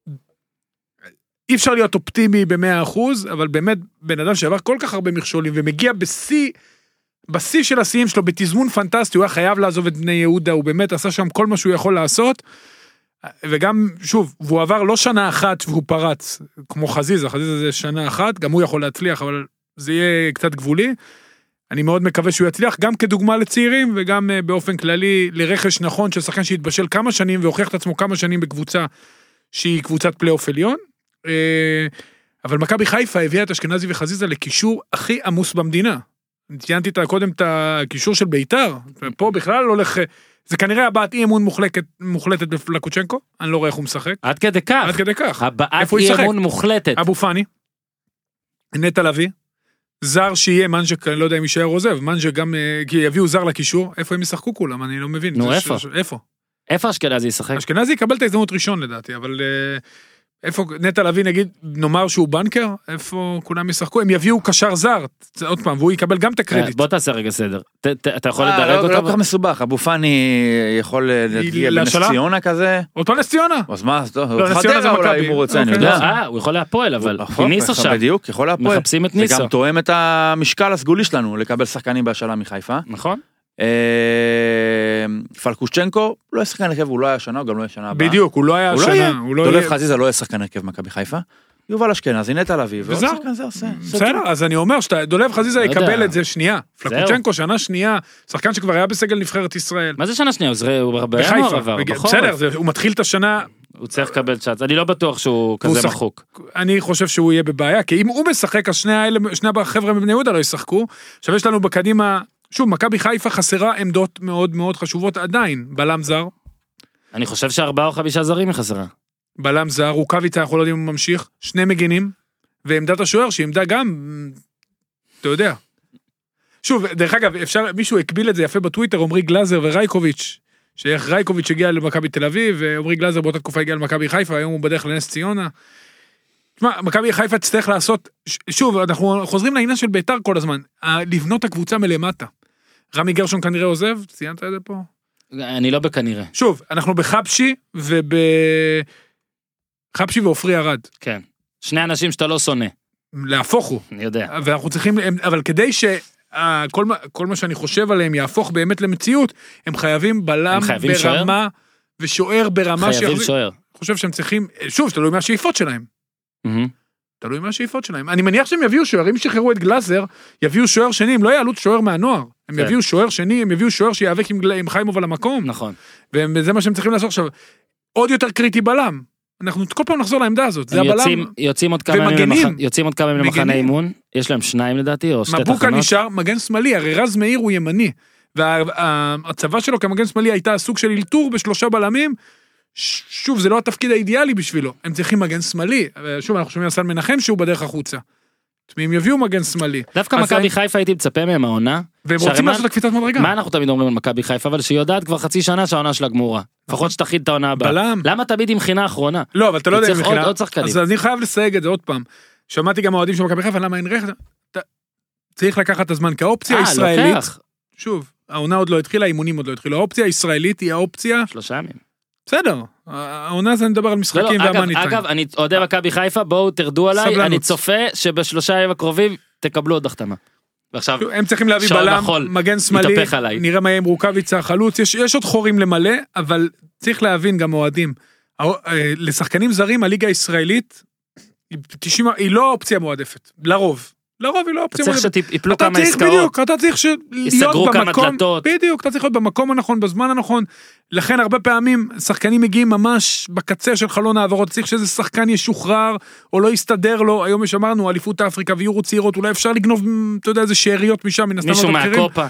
אי אפשר להיות אופטימי ב-מאה אחוז, אבל באמת בן אדם שעבר כל כך הרבה מכשולים, ומגיע בשיא, בשיא של השיאים שלו, בתזמון פנטסטי, הוא היה חייב לעזוב את בני יהודה, הוא באמת עשה שם כל מה שהוא יכול לעשות, וגם, שוב, והוא עבר לא שנה אחת והוא פרץ, כמו חזיזה, חזיזה זה שנה אחת, גם הוא יכול להצליח, אבל זה יהיה קצת גבולי, אני מאוד מקווה שהוא יצליח, גם כדוגמה לצעירים, וגם uh, באופן כללי לרכש נכון, של שחקן שהתבשל כמה שנים, והוכיח את עצמו כמה שנים בקבוצה, שהיא קבוצת פלייאוף עליון, uh, אבל מכבי חיפה הביאה את אשכנזי וחזיזה לקישור הכי עמוס במדינה. ציינתי קודם את הקישור של ביתר, ופה בכלל הולך, זה כנראה הבעת אי אמון מוחלטת, מוחלטת בפלקוצ'נקו, אני לא רואה איך הוא משחק. עד כדי כך. עד כדי כך. הבעת איפה הוא אי ישחק? אמון מוחלטת. אבו פאני, נטע לביא, זר שיהיה, מנג'ק, אני לא יודע אם יישאר עוזב, מנג'ק גם, כי יביאו זר לקישור, איפה הם ישחקו כולם, אני לא מבין. נו, זה איפה? ש... איפה? איפה אשכנזי ישחק? אשכנזי יקבל את ההזדמנות ראשון לדעתי, אבל איפה נטע לביא נגיד, נאמר שהוא בנקר, איפה כולם ישחקו, הם יביאו קשר זר, זה עוד פעם, והוא יקבל גם את הקרדיט. בוא תעשה רגע סדר. ת- ת- אתה יכול אה, לדרג לא- לא אותו? כל כך מסובך, אבו פאני יכול להגיע בנס להשאלה? ציונה כזה, עוד פעם נס ציונה. אז מה, אז טוב, לא, נס ציונה זה חדרה אולי מכבי. אם הוא רוצה, אני אוקיי. יודע. אה, הוא יכול להפועל, אבל נכון, כי ניסו שם. בדיוק, יכול להפועל. מחפשים את זה ניסו. גם תואם את המשקל הסגולי שלנו לקבל שחקנים בהשאלה מחיפה. נכון? אה, פלקושצ'נקו לא היה שחקן הרכב, הוא לא היה שנה, הוא גם לא היה שנה הבאה. בדיוק, הוא לא היה הוא לא יהיה. השנה, הוא לא דולב יהיה. חזיזה לא היה שחקן הרכב מכבי חיפה. יובל אשכנזי, נטע לביא, ועוד וזהו. שחקן זה עושה. בסדר, אז אני אומר שדולב חזיזה לא יודע. יקבל את זה שנייה. פלקוצ'נקו שנה שנייה, שחקן שכבר היה בסגל נבחרת ישראל. מה זה שנה שנייה? הוא זרה- הוא בינואר בחיפה. עבר, בג- בחורף. בסדר, זה- הוא מתחיל את השנה, הוא צריך לקבל צ'אנס. אני לא בטוח שהוא והוא כזה שח- מחוק. אני חושב שהוא יהיה בבעיה, כי אם הוא משחק, אז שני האלה, שני החבר'ה מבני יהודה לא ישחקו. עכשיו יש לנו בקדימה שוב, מכבי חיפה חסרה עמדות מאוד מאוד חשובות עדיין, בלם זר. אני חושב שארבעה או חמישה זרים היא חסרה. בלם זר, רוקאביצה, אנחנו לא יודעים אם הוא ממשיך, שני מגינים, ועמדת השוער, שהיא עמדה גם, אתה יודע. שוב, דרך אגב, אפשר, מישהו הקביל את זה יפה בטוויטר, עומרי גלאזר ורייקוביץ', שאיך רייקוביץ' הגיע למכבי תל אביב, ועומרי גלאזר באותה תקופה הגיע למכבי חיפה, היום הוא בדרך לנס ציונה. תשמע, מכבי חיפה תצטרך לעשות, שוב, אנחנו חוזרים לעניין של ביתר כל הזמן, לבנות הקבוצה מלמטה. רמי גרשון כנראה עוזב, ציינת את זה פה? אני לא בכנראה. שוב, אנחנו בחפשי וב... חפשי ואופרי ארד. כן. שני אנשים שאתה לא שונא. להפוך הוא. אני יודע. ואנחנו צריכים, אבל כדי שכל מה, כל מה שאני חושב עליהם יהפוך באמת למציאות, הם חייבים בלם ברמה, ושוער ברמה חייבים שוער. אני חושב שהם צריכים, שוב, תלוי מהשאיפות שלהם. תלוי מהשאיפות שלהם. אני מניח שהם יביאו שוער, אם שחררו את גלאזר, יביאו שוער שני, הם לא יעלו שוער מהנוער. הם יביאו שוער שני, הם יביאו שוער שיאבק עם חיימוב על המקום. נכון. וזה מה שהם צריכים לעשות עכשיו. עוד יותר קריטי בלם. אנחנו כל פעם נחזור לעמדה הזאת. זה הבלם. יוצאים עוד כמה ימים יוצאים עוד כמה ימים למחנה אימון. יש להם שניים לדעתי, או שתי תחנות. מבוקה נשאר מגן שמאלי, הרי רז מאיר הוא ימני. והצבא שלו כמגן שמאלי הייתה סוג של אלתור בשלושה בלמים. שוב, זה לא התפקיד האידיאלי בשבילו. הם צריכים מגן שמאלי. שוב, אנחנו שומעים על סל מנחם שהוא בדרך החוצה. אם יביאו מגן שמאלי. דווקא מכבי חיפה הייתי מצפה מהם העונה. והם רוצים לעשות הקפיצת מדרגה. מה אנחנו תמיד אומרים על מכבי חיפה, אבל שהיא יודעת כבר חצי שנה שהעונה שלה גמורה. לפחות שתחיל את העונה הבאה. בלם. למה תמיד עם מכינה אחרונה? לא, אבל אתה לא יודע עם מכינה. עוד שחקנים. אז אני חייב לסייג את זה עוד פעם. שמעתי גם האוהדים של מכבי חיפה, למה אין רכב? צריך לקחת את הזמן כאופציה ישראלית. שוב, העונה עוד לא התחילה, האימונים עוד לא התחילו. האופציה הישראלית היא האופציה. שלושה ימים. בסדר, העונה הזה נדבר על משחקים והמאני טיים. אגב, אני אוהד מכבי חיפה, בואו תרדו עליי, אני צופה שבשלושה ימים הקרובים תקבלו עוד החתמה. ועכשיו, הם צריכים להביא בלם, מגן שמאלי, נראה מה יהיה עם רוקאביצה, חלוץ, יש עוד חורים למלא, אבל צריך להבין גם אוהדים, לשחקנים זרים, הליגה הישראלית, היא לא אופציה מועדפת, לרוב. לרוב היא לא אופציה מועדפת. אתה צריך שיפלו כמה עסקאות. בדיוק, אתה צריך להיות במקום, בדיוק, אתה צריך להיות במקום הנכון, בזמן הנכון, לכן הרבה פעמים שחקנים מגיעים ממש בקצה של חלון העברות, צריך שזה שחקן ישוחרר, או לא יסתדר לו, היום שאמרנו, אליפות אפריקה ויורו צעירות, אולי אפשר לגנוב, אתה יודע, איזה שאריות משם, מישהו מהקופה.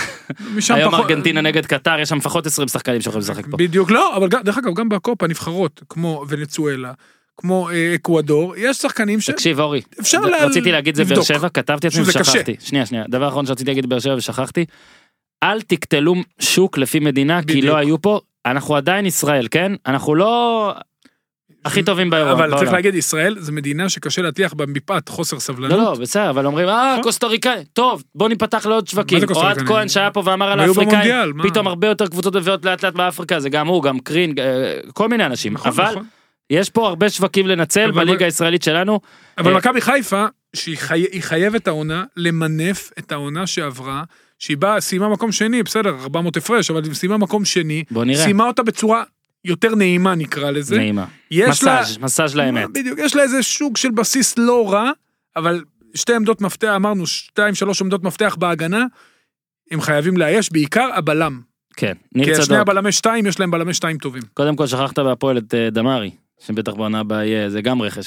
היום ארגנטינה נגד קטר, יש שם לפחות עשרים שחקנים שיכולים לשחק פה. בדיוק, לא, אבל דרך אגב, גם בקופה נבחרות, כמו ונצואלה, כמו אקוודור, יש שחקנים ש... תקשיב, אורי, רציתי להגיד זה באר שבע, כתבתי את זה ושכחתי. שנייה, שנייה, דבר אחרון שרציתי להגיד באר שבע ושכחתי, אל תקטלו שוק לפי מדינה, כי לא היו פה, אנחנו עדיין ישראל, כן? אנחנו לא הכי טובים בעולם. אבל צריך להגיד, ישראל זה מדינה שקשה להצליח במפאת חוסר סבלנות. לא, לא, בסדר, אבל אומרים, אה, קוסטוריקאי, טוב, בוא ניפתח לעוד שווקים. אוהד כהן שהיה פה ואמר על האפריקאים, פתאום הרבה יותר קבוצות מביאות לאט לאט באפריקה, זה גם הוא, גם קרין, כל מיני אנשים. אבל יש פה הרבה שווקים לנצל בליגה הישראלית שלנו. אבל מכבי חיפה, שהיא חייבת העונה למנף את העונה שעברה, שהיא באה, סיימה מקום שני, בסדר, ארבע מאות הפרש, אבל סיימה מקום שני, סיימה אותה בצורה יותר נעימה, נקרא לזה. נעימה. מסאז', מסאז' לאמת. בדיוק, יש לה איזה שוק של בסיס לא רע, אבל שתי עמדות מפתח, אמרנו, שתיים, שלוש עמדות מפתח בהגנה, הם חייבים לאייש, בעיקר הבלם. כן, ניר צדוק. כי שני הבלמי שתיים, יש להם בלמי שתיים טובים. קודם כל שכחת בהפועל את דמרי, שבטח בעונה הבאה יהיה, זה גם רכש.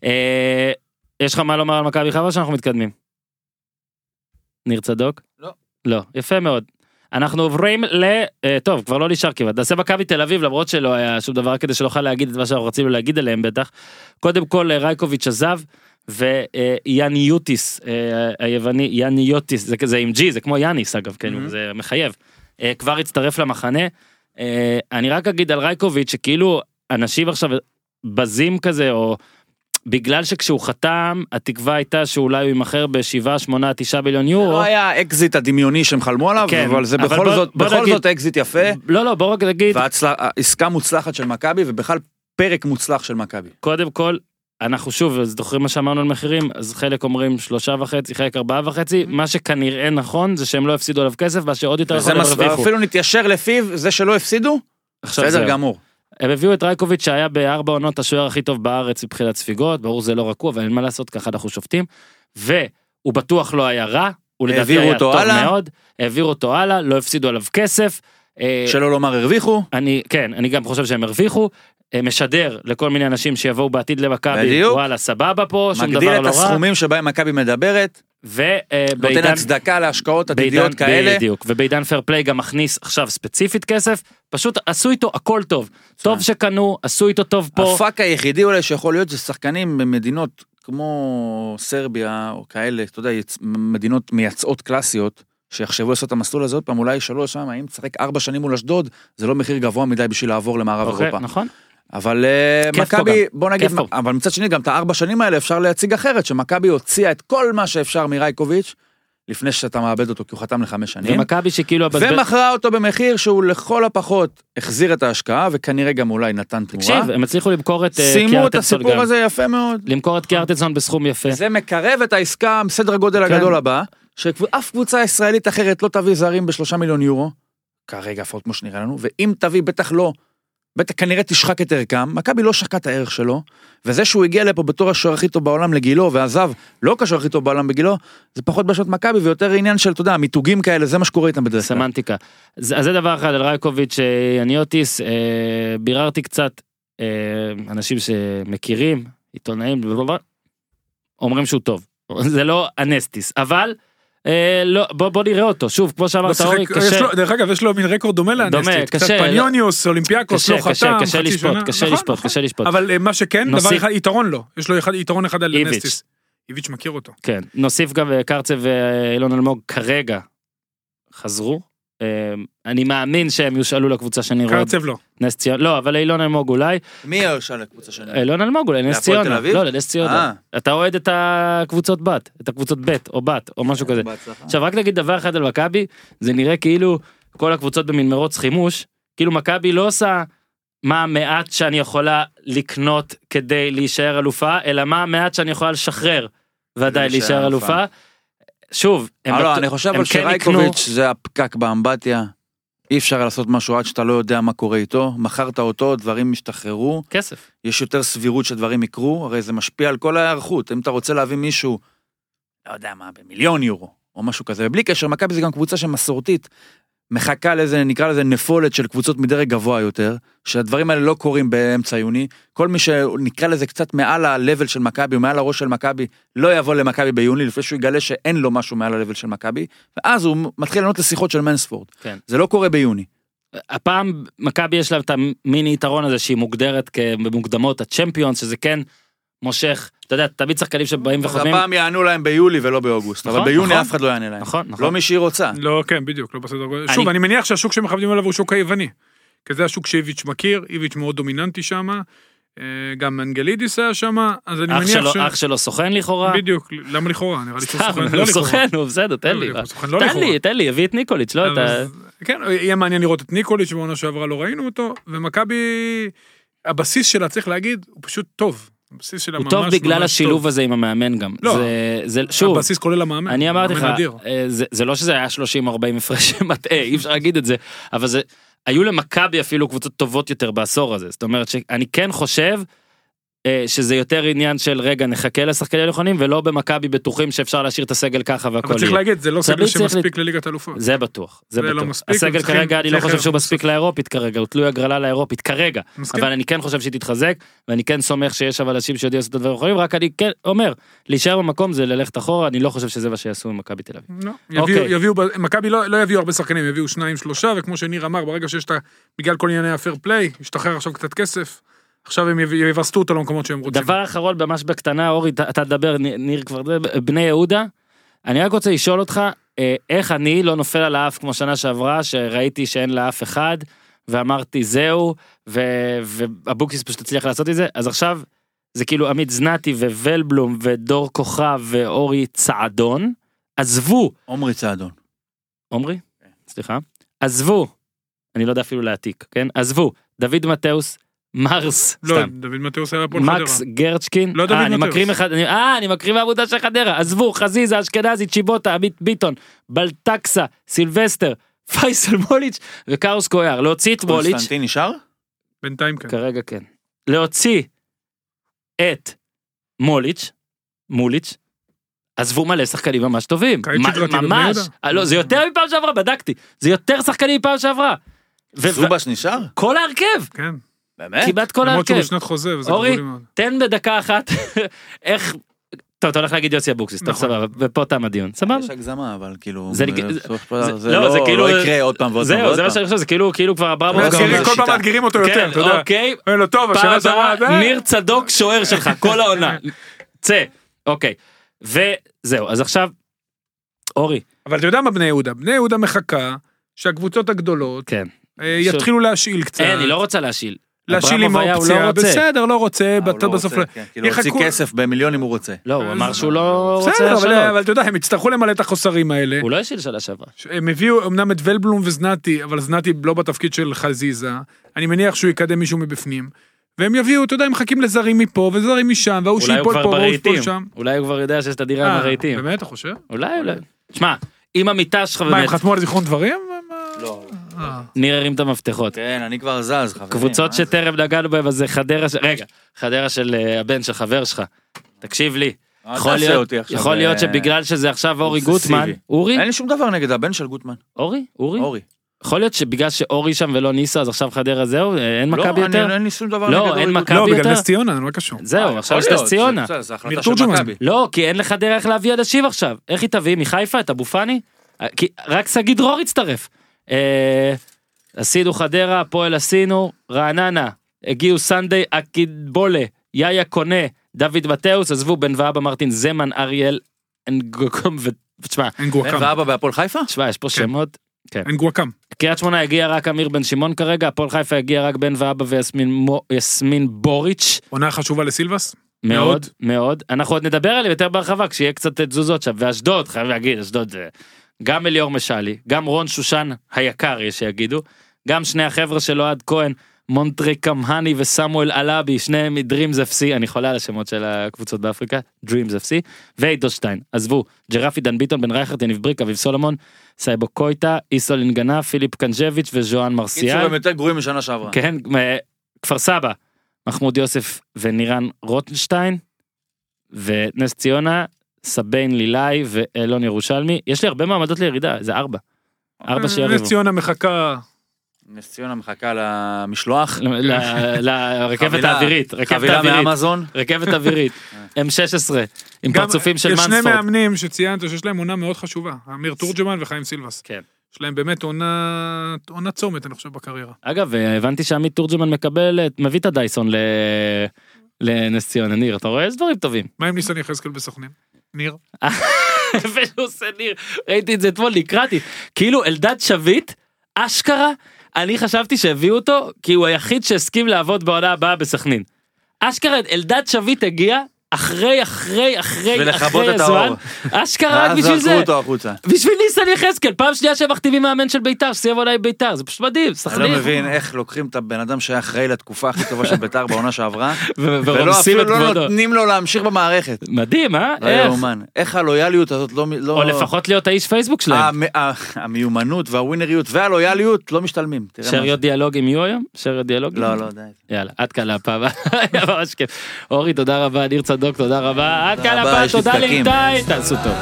יש לך מה לומר על מכבי חיפה שאנחנו מתקדמים? ניר צדוק? לא. לא, יפה מאוד. אנחנו עוברים ל... טוב, כבר לא נשאר כמעט. נעשה מכבי תל אביב, למרות שלא היה שום דבר כדי שלא יכול להגיד את מה שאנחנו רצינו להגיד עליהם בטח. קודם כל, רייקוביץ' עזב, ויאניוטיס, היווני, יאניוטיס, זה, זה עם ג'י, זה כמו יאניס אגב, כן, mm-hmm. זה מחייב. כבר הצטרף למחנה. אני רק אגיד על רייקוביץ' שכאילו אנשים עכשיו בזים כזה, או... בגלל שכשהוא חתם, התקווה הייתה שאולי הוא ימחר בשבעה, שמונה, תשעה ביליון יורו. לא היה אקזיט הדמיוני שהם חלמו עליו, כן, אבל זה אבל בכל, בוא, זאת, בוא בכל נגיד, זאת אקזיט יפה. לא, לא, בוא רק נגיד. ועסקה מוצלחת של מכבי, ובכלל פרק מוצלח של מכבי. קודם כל, אנחנו שוב, זוכרים מה שאמרנו על מחירים, אז חלק אומרים שלושה וחצי, חלק ארבעה וחצי, מה שכנראה נכון, זה שהם לא הפסידו עליו כסף, מה שעוד יותר יכול להרוויחו. אפילו נתיישר לפיו, זה שלא הפסידו, בסדר גמור. הם הביאו את רייקוביץ' שהיה בארבע עונות השוער הכי טוב בארץ מבחינת ספיגות, ברור זה לא רק הוא, אבל אין מה לעשות, ככה אנחנו שופטים, והוא בטוח לא היה רע, הוא לדעתי היה טוב מאוד, העבירו אותו הלאה, לא הפסידו עליו כסף. שלא לומר הרוויחו? אני, כן, אני גם חושב שהם הרוויחו, משדר לכל מיני אנשים שיבואו בעתיד למכבי, וואלה, סבבה פה, שום דבר לא רע. מגדיל את הסכומים שבהם מכבי מדברת, נותן הצדקה להשקעות עתידיות כאלה. בדיוק, ובעידן פייר פליי גם מכניס עכשיו ספציפית כסף, פשוט עשו איתו הכל טוב, טוב שקנו, עשו איתו טוב פה. הפאק היחידי אולי שיכול להיות זה שחקנים במדינות כמו סרביה או כאלה, אתה יודע, מדינות מייצאות קלאסיות, שיחשבו לעשות את המסלול הזה עוד פעם, אולי שלוש שם, האם צחק ארבע שנים מול אשדוד, זה לא מחיר גבוה מדי בשביל לעבור למערב אירופה. נכון. אבל מכבי, בוא נגיד, אבל מצד שני גם את הארבע שנים האלה אפשר להציג אחרת, שמכבי הוציאה את כל מה שאפשר מרייקוביץ' לפני שאתה מאבד אותו, כי הוא חתם לחמש שנים. ומכבי שכאילו... ומכרה אותו במחיר שהוא לכל הפחות החזיר את ההשקעה, וכנראה גם אולי נתן תמורה. תקשיב, הם הצליחו למכור את סיימו את הסיפור הזה יפה מאוד. למכור את קיארטנסון בסכום יפה. זה מקרב את העסקה מסדר הגודל הגדול הבא, שאף קבוצה ישראלית אחרת לא תביא זרים בשלושה מיליון יורו, כרגע לפחות כמו שנראה לנו, ואם תביא בטח לא, בטח כנראה תשחק את ערכם, מכבי לא שחקה את הערך שלו, וזה שהוא הגיע לפה בתור השוער הכי טוב בעולם לגילו, ועזב לא כשוער הכי טוב בעולם בגילו, זה פחות באשמת מכבי, ויותר עניין של, אתה יודע, מיתוגים כאלה, זה מה שקורה איתם בדרך כלל. סמנטיקה. אז זה דבר אחד על רייקוביץ', אני אוטיס, ביררתי קצת, אנשים שמכירים, עיתונאים, אומרים שהוא טוב. זה לא אנסטיס, אבל לא, בוא, בוא נראה אותו, שוב, כמו שאמרת, אורי, קשה. דרך אגב, יש לו מין רקורד דומה לאנסטית, קצת פניוניוס, אולימפיאקוס, לא חתם, קשה לשפוט, קשה לשפוט, קשה לשפוט. אבל מה שכן, דבר אחד, יתרון לו, יש לו יתרון אחד על אנסטיס. איביץ' מכיר אותו. כן, נוסיף גם קרצב ואילון אלמוג כרגע חזרו, אני מאמין שהם יושאלו לקבוצה שאני רואה. קרצב לא. נס ציונה, לא, אבל אילון אלמוג אולי. מי יושאל לקבוצה שאני רואה? אילון אלמוג אולי, נס ציונה. לא, לנס ציונה. אתה אוהד את הקבוצות בת, את הקבוצות בית או בת, או משהו כזה. עכשיו, רק נגיד דבר אחד על מכבי, זה נראה כאילו כל הקבוצות במין מרוץ חימוש, כאילו מכבי לא עושה מה המעט שאני יכולה לקנות כדי להישאר אלופה, אלא מה המעט שאני יכולה לשחרר, ועדיין להישאר אלופה. שוב, הם לא, אני חושב על שרייקוביץ' זה הפקק באמבטיה, אי אפשר לעשות משהו עד שאתה לא יודע מה קורה איתו, מכרת אותו, דברים משתחררו, כסף. יש יותר סבירות שדברים יקרו, הרי זה משפיע על כל ההיערכות, אם אתה רוצה להביא מישהו, לא יודע מה, במיליון יורו, או משהו כזה, ובלי קשר, מכבי זה גם קבוצה שמסורתית, מחכה לזה, נקרא לזה נפולת של קבוצות מדרג גבוה יותר, שהדברים האלה לא קורים באמצע יוני, כל מי שנקרא לזה קצת מעל הלבל של מכבי, או מעל הראש של מכבי, לא יבוא למכבי ביוני, לפני שהוא יגלה שאין לו משהו מעל הלבל של מכבי, ואז הוא מתחיל לענות לשיחות של מנספורד. כן. זה לא קורה ביוני. הפעם מכבי יש לה את המיני יתרון הזה, שהיא מוגדרת במוקדמות הצ'מפיונס, שזה כן מושך, אתה יודע, תמיד שחקנים שבאים וחותמים. הפעם יענו להם ביולי ולא באוגוסט, אבל ביוני אף אחד לא יענה להם. נכון, נכון. לא מי שהיא רוצה. לא, כן, בדיוק, לא בסדר. שוב, אני מניח שהשוק שמכבדים עליו הוא שוק היווני. כי זה השוק שאיביץ' מכיר, איביץ' מאוד דומיננטי שם, גם אנגלידיס היה שם, אז אני מניח ש... אח שלו סוכן לכאורה. בדיוק, למה לכאורה? נראה לי שהוא סוכן לא לכאורה. סוכן, הוא בסדר, תן לי. תן לי, תן לי, הביא את ניקוליץ', לא את ה... כן, יהיה מעניין לראות את ניקוליץ' בעונה שעברה לא ראינו אותו, ומכבי, הבסיס שלה צריך להגיד, הוא פשוט טוב. הוא טוב בגלל השילוב הזה עם המאמן גם. לא, שוב, הבסיס כולל המאמן. אני אמרתי לך, זה לא שזה היה שלושים ארבעים הפרש מטעה, אי אפשר להגיד את זה, אבל זה, היו למכבי אפילו קבוצות טובות יותר בעשור הזה, זאת אומרת שאני כן חושב, שזה יותר עניין של רגע נחכה לשחקנים הנכונים, ולא במכבי בטוחים שאפשר להשאיר את הסגל ככה והכל יהיה. אבל צריך להגיד, זה לא סגל שמספיק לליגת אלופות. זה בטוח, זה בטוח. הסגל כרגע, אני לא חושב שהוא מספיק לאירופית כרגע, הוא תלוי הגרלה לאירופית כרגע, אבל אני כן חושב שהיא תתחזק, ואני כן סומך שיש אבל אנשים שיודעים לעשות את הדברים יכולים, רק אני כן אומר, להישאר במקום זה ללכת אחורה, אני לא חושב שזה מה שיעשו עם מכבי תל אביב. מכבי לא יביאו הרבה שחקנים, יביאו שניים שלושה, וכמו שניר אמר, ברגע שיש בגלל כל ענייני הפייר פליי, ישתחרר עכשיו קצת כסף. עכשיו הם יבסטו אותו למקומות שהם רוצים. דבר אחרון, ממש בקטנה, אורי, אתה תדבר, ניר כבר, בני יהודה, אני רק רוצה לשאול אותך, איך אני לא נופל על האף כמו שנה שעברה, שראיתי שאין לה אף אחד, ואמרתי זהו, והבוקסיס פשוט הצליח לעשות את זה, אז עכשיו, זה כאילו עמית זנתי וולבלום, ודור כוכב, ואורי צעדון, עזבו. עומרי צעדון. עומרי? סליחה. עזבו, אני לא יודע אפילו להעתיק, כן? עזבו, דוד מתאוס, מרס, לא, סתם. דוד מתאוס היה פה חדרה. מקס גרצ'קין. לא דוד מתאוס. אה, אני מקריא מהעבודה של חדרה. עזבו, חזיזה, אשכנזי, צ'יבוטה, עמית ביטון, בלטקסה, סילבסטר, פייסל מוליץ' וקאוס קויאר. להוציא את מוליץ'. קונסטנטין נשאר? בינתיים כן. כרגע כן. להוציא את מוליץ', מוליץ', עזבו מלא שחקנים ממש טובים. ממש. לא, זה יותר מפעם שעברה, בדקתי. זה יותר שחקנים מפעם שעברה. זובש נשאר? כל ההרכב. כן. באמת? כמעט כל ההרכב. ההרכב. בשנת חוזה, וזה אורי, תן בדקה אחת, איך, טוב, אתה הולך להגיד יוסי אבוקסיס, טוב, סבבה, ופה תם הדיון, סבבה? יש הגזמה, אבל כאילו, זה לא יקרה עוד פעם ועוד פעם. זהו, זה מה שאני חושב, זה כאילו, כאילו כבר אברמוב. כל פעם מאתגרים אותו יותר, אתה יודע. אוקיי. אין לו טוב, השנה שעברה. ניר צדוק שוער שלך, כל העונה. צא, אוקיי. וזהו, אז עכשיו, אורי. אבל אתה יודע מה בני יהודה? בני יהודה מחכה שהקבוצות הגדולות יתחילו להשאיל קצת. אין, היא לא רוצה להשאיל. להשיל עם האופציה, בסדר, לא רוצה, בסוף כאילו הוציא כסף במיליונים הוא רוצה. לא, הוא אמר שהוא לא רוצה בסדר, לשנות. אבל אתה יודע, הם יצטרכו למלא את החוסרים האלה. הוא לא השיל שלה שעברה. הם הביאו אמנם את ולבלום וזנתי, אבל זנתי לא בתפקיד של חזיזה, אני מניח שהוא יקדם מישהו מבפנים, והם יביאו, אתה יודע, הם מחכים לזרים מפה וזרים משם, והוא שיפול פה והוא שיפול שם. אולי הוא כבר יודע שיש את הדירה עם הרהיטים. באמת, אתה חושב? אולי, אולי. שמע, אם המיטה שלך באמת... מה, הם חתמו על זיכרון דברים? לא. ניר הרים את המפתחות. כן, אני כבר זז, חברים. קבוצות שטרם נגענו בהם, אז זה חדרה של... רגע, חדרה של הבן של חבר שלך. תקשיב לי. יכול להיות שבגלל שזה עכשיו אורי גוטמן... אורי? אין לי שום דבר נגד הבן של גוטמן. אורי? אורי? אורי. יכול להיות שבגלל שאורי שם ולא ניסה, אז עכשיו חדרה זהו? אין מכבי יותר? לא, אין לי שום דבר נגד אורי. לא, אין מכבי יותר? לא, בגלל נס ציונה, לא קשור. זהו, עכשיו יש נס ציונה. זה החלטה של מכבי. לא, כי אין לך דרך להביא אנשים עכשיו. איך היא תביא? מחיפה? את אבו פאני? רק סגי דרור יצטרף. עשינו חדרה, הפועל עשינו, רעננה, הגיעו סנדי אקידבולה, יאיה קונה, דוד מתאוס, עזבו בן ואבא מרטין זמן, אריאל, אנגוקום, ותשמע, בן ואבא בהפועל חיפה? תשמע, יש פה שמות, כן. אנגוקם. קריית שמונה הגיע רק אמיר בן שמעון כרגע, הפועל חיפה הגיע רק בן ואבא ויסמין בוריץ'. עונה חשובה לסילבס? מאוד, מאוד. אנחנו עוד נדבר עליהם יותר בהרחבה, כשיהיה קצת תזוזות שם, ואשדוד, חייב להגיד, אשדוד זה... גם אליאור משלי, גם רון שושן היקר יש שיגידו, גם שני החבר'ה של אוהד כהן, מונטרי קמהני וסמואל אלאבי, שניהם מדרימס אף סי, אני חולה על השמות של הקבוצות באפריקה, דרימס אף סי, ואידושטיין, עזבו, ג'רפי דן ביטון, בן רייכרט, יניב בריק, אביב סולומון, סייבו קויטה, איסו לינגנה, פיליפ קנג'ביץ' וז'ואן מרסיאל. קיצור הם יותר גרועים משנה שעברה. כן, כפר סבא, מחמוד יוסף ונירן רוטנשטיין, ונס ציונה, סביין לילי ואלון ירושלמי, יש לי הרבה מעמדות לירידה, זה ארבע. ארבע שיריבו. נס ציונה מחכה... נס ציונה מחכה למשלוח. לרכבת האווירית. חבילה מאמזון. רכבת אווירית. אם שש עשרה, עם פרצופים של מנספורד. יש שני מאמנים שציינת שיש להם עונה מאוד חשובה, אמיר תורג'מן וחיים סילבס. כן. יש להם באמת עונה צומת, אני חושב, בקריירה. אגב, הבנתי שעמית תורג'מן מקבל, מביא את הדייסון לנס ציונה. ניר, אתה רואה? יש דברים טובים. מה עם ניסן יחזקאל בסוכנים? ניר? ושעושה ניר, ראיתי את זה אתמול, נקראתי, כאילו אלדד שביט, אשכרה, אני חשבתי שהביאו אותו, כי הוא היחיד שהסכים לעבוד בעונה הבאה בסכנין. אשכרה, אלדד שביט הגיע, אחרי, אחרי, אחרי, אחרי הזמן, אשכרה רק בשביל זה, בשביל ניסן יחזקאל, פעם שנייה שמכתיבים מאמן של ביתר, שסייב עליי ביתר, זה פשוט מדהים, סכנין. אני לא מבין איך לוקחים את הבן אדם שהיה אחראי לתקופה הכי טובה של ביתר בעונה שעברה, ולא אפילו לא נותנים לו להמשיך במערכת. מדהים, אה? איך? איך הלויאליות הזאת לא... או לפחות להיות האיש פייסבוק שלהם. המיומנות והווינריות והלויאליות לא משתלמים. שאריות דיאלוגים יהיו היום? שאריות דיאלוגים? לא, לא, די. יאללה, עד כאן להפעם. ממש כיף. אורי, תודה רבה, ניר צדוק, תודה רבה. עד כאן להפעם, תודה לידי. תעשו טוב.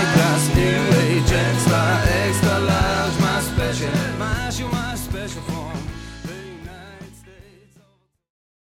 Special for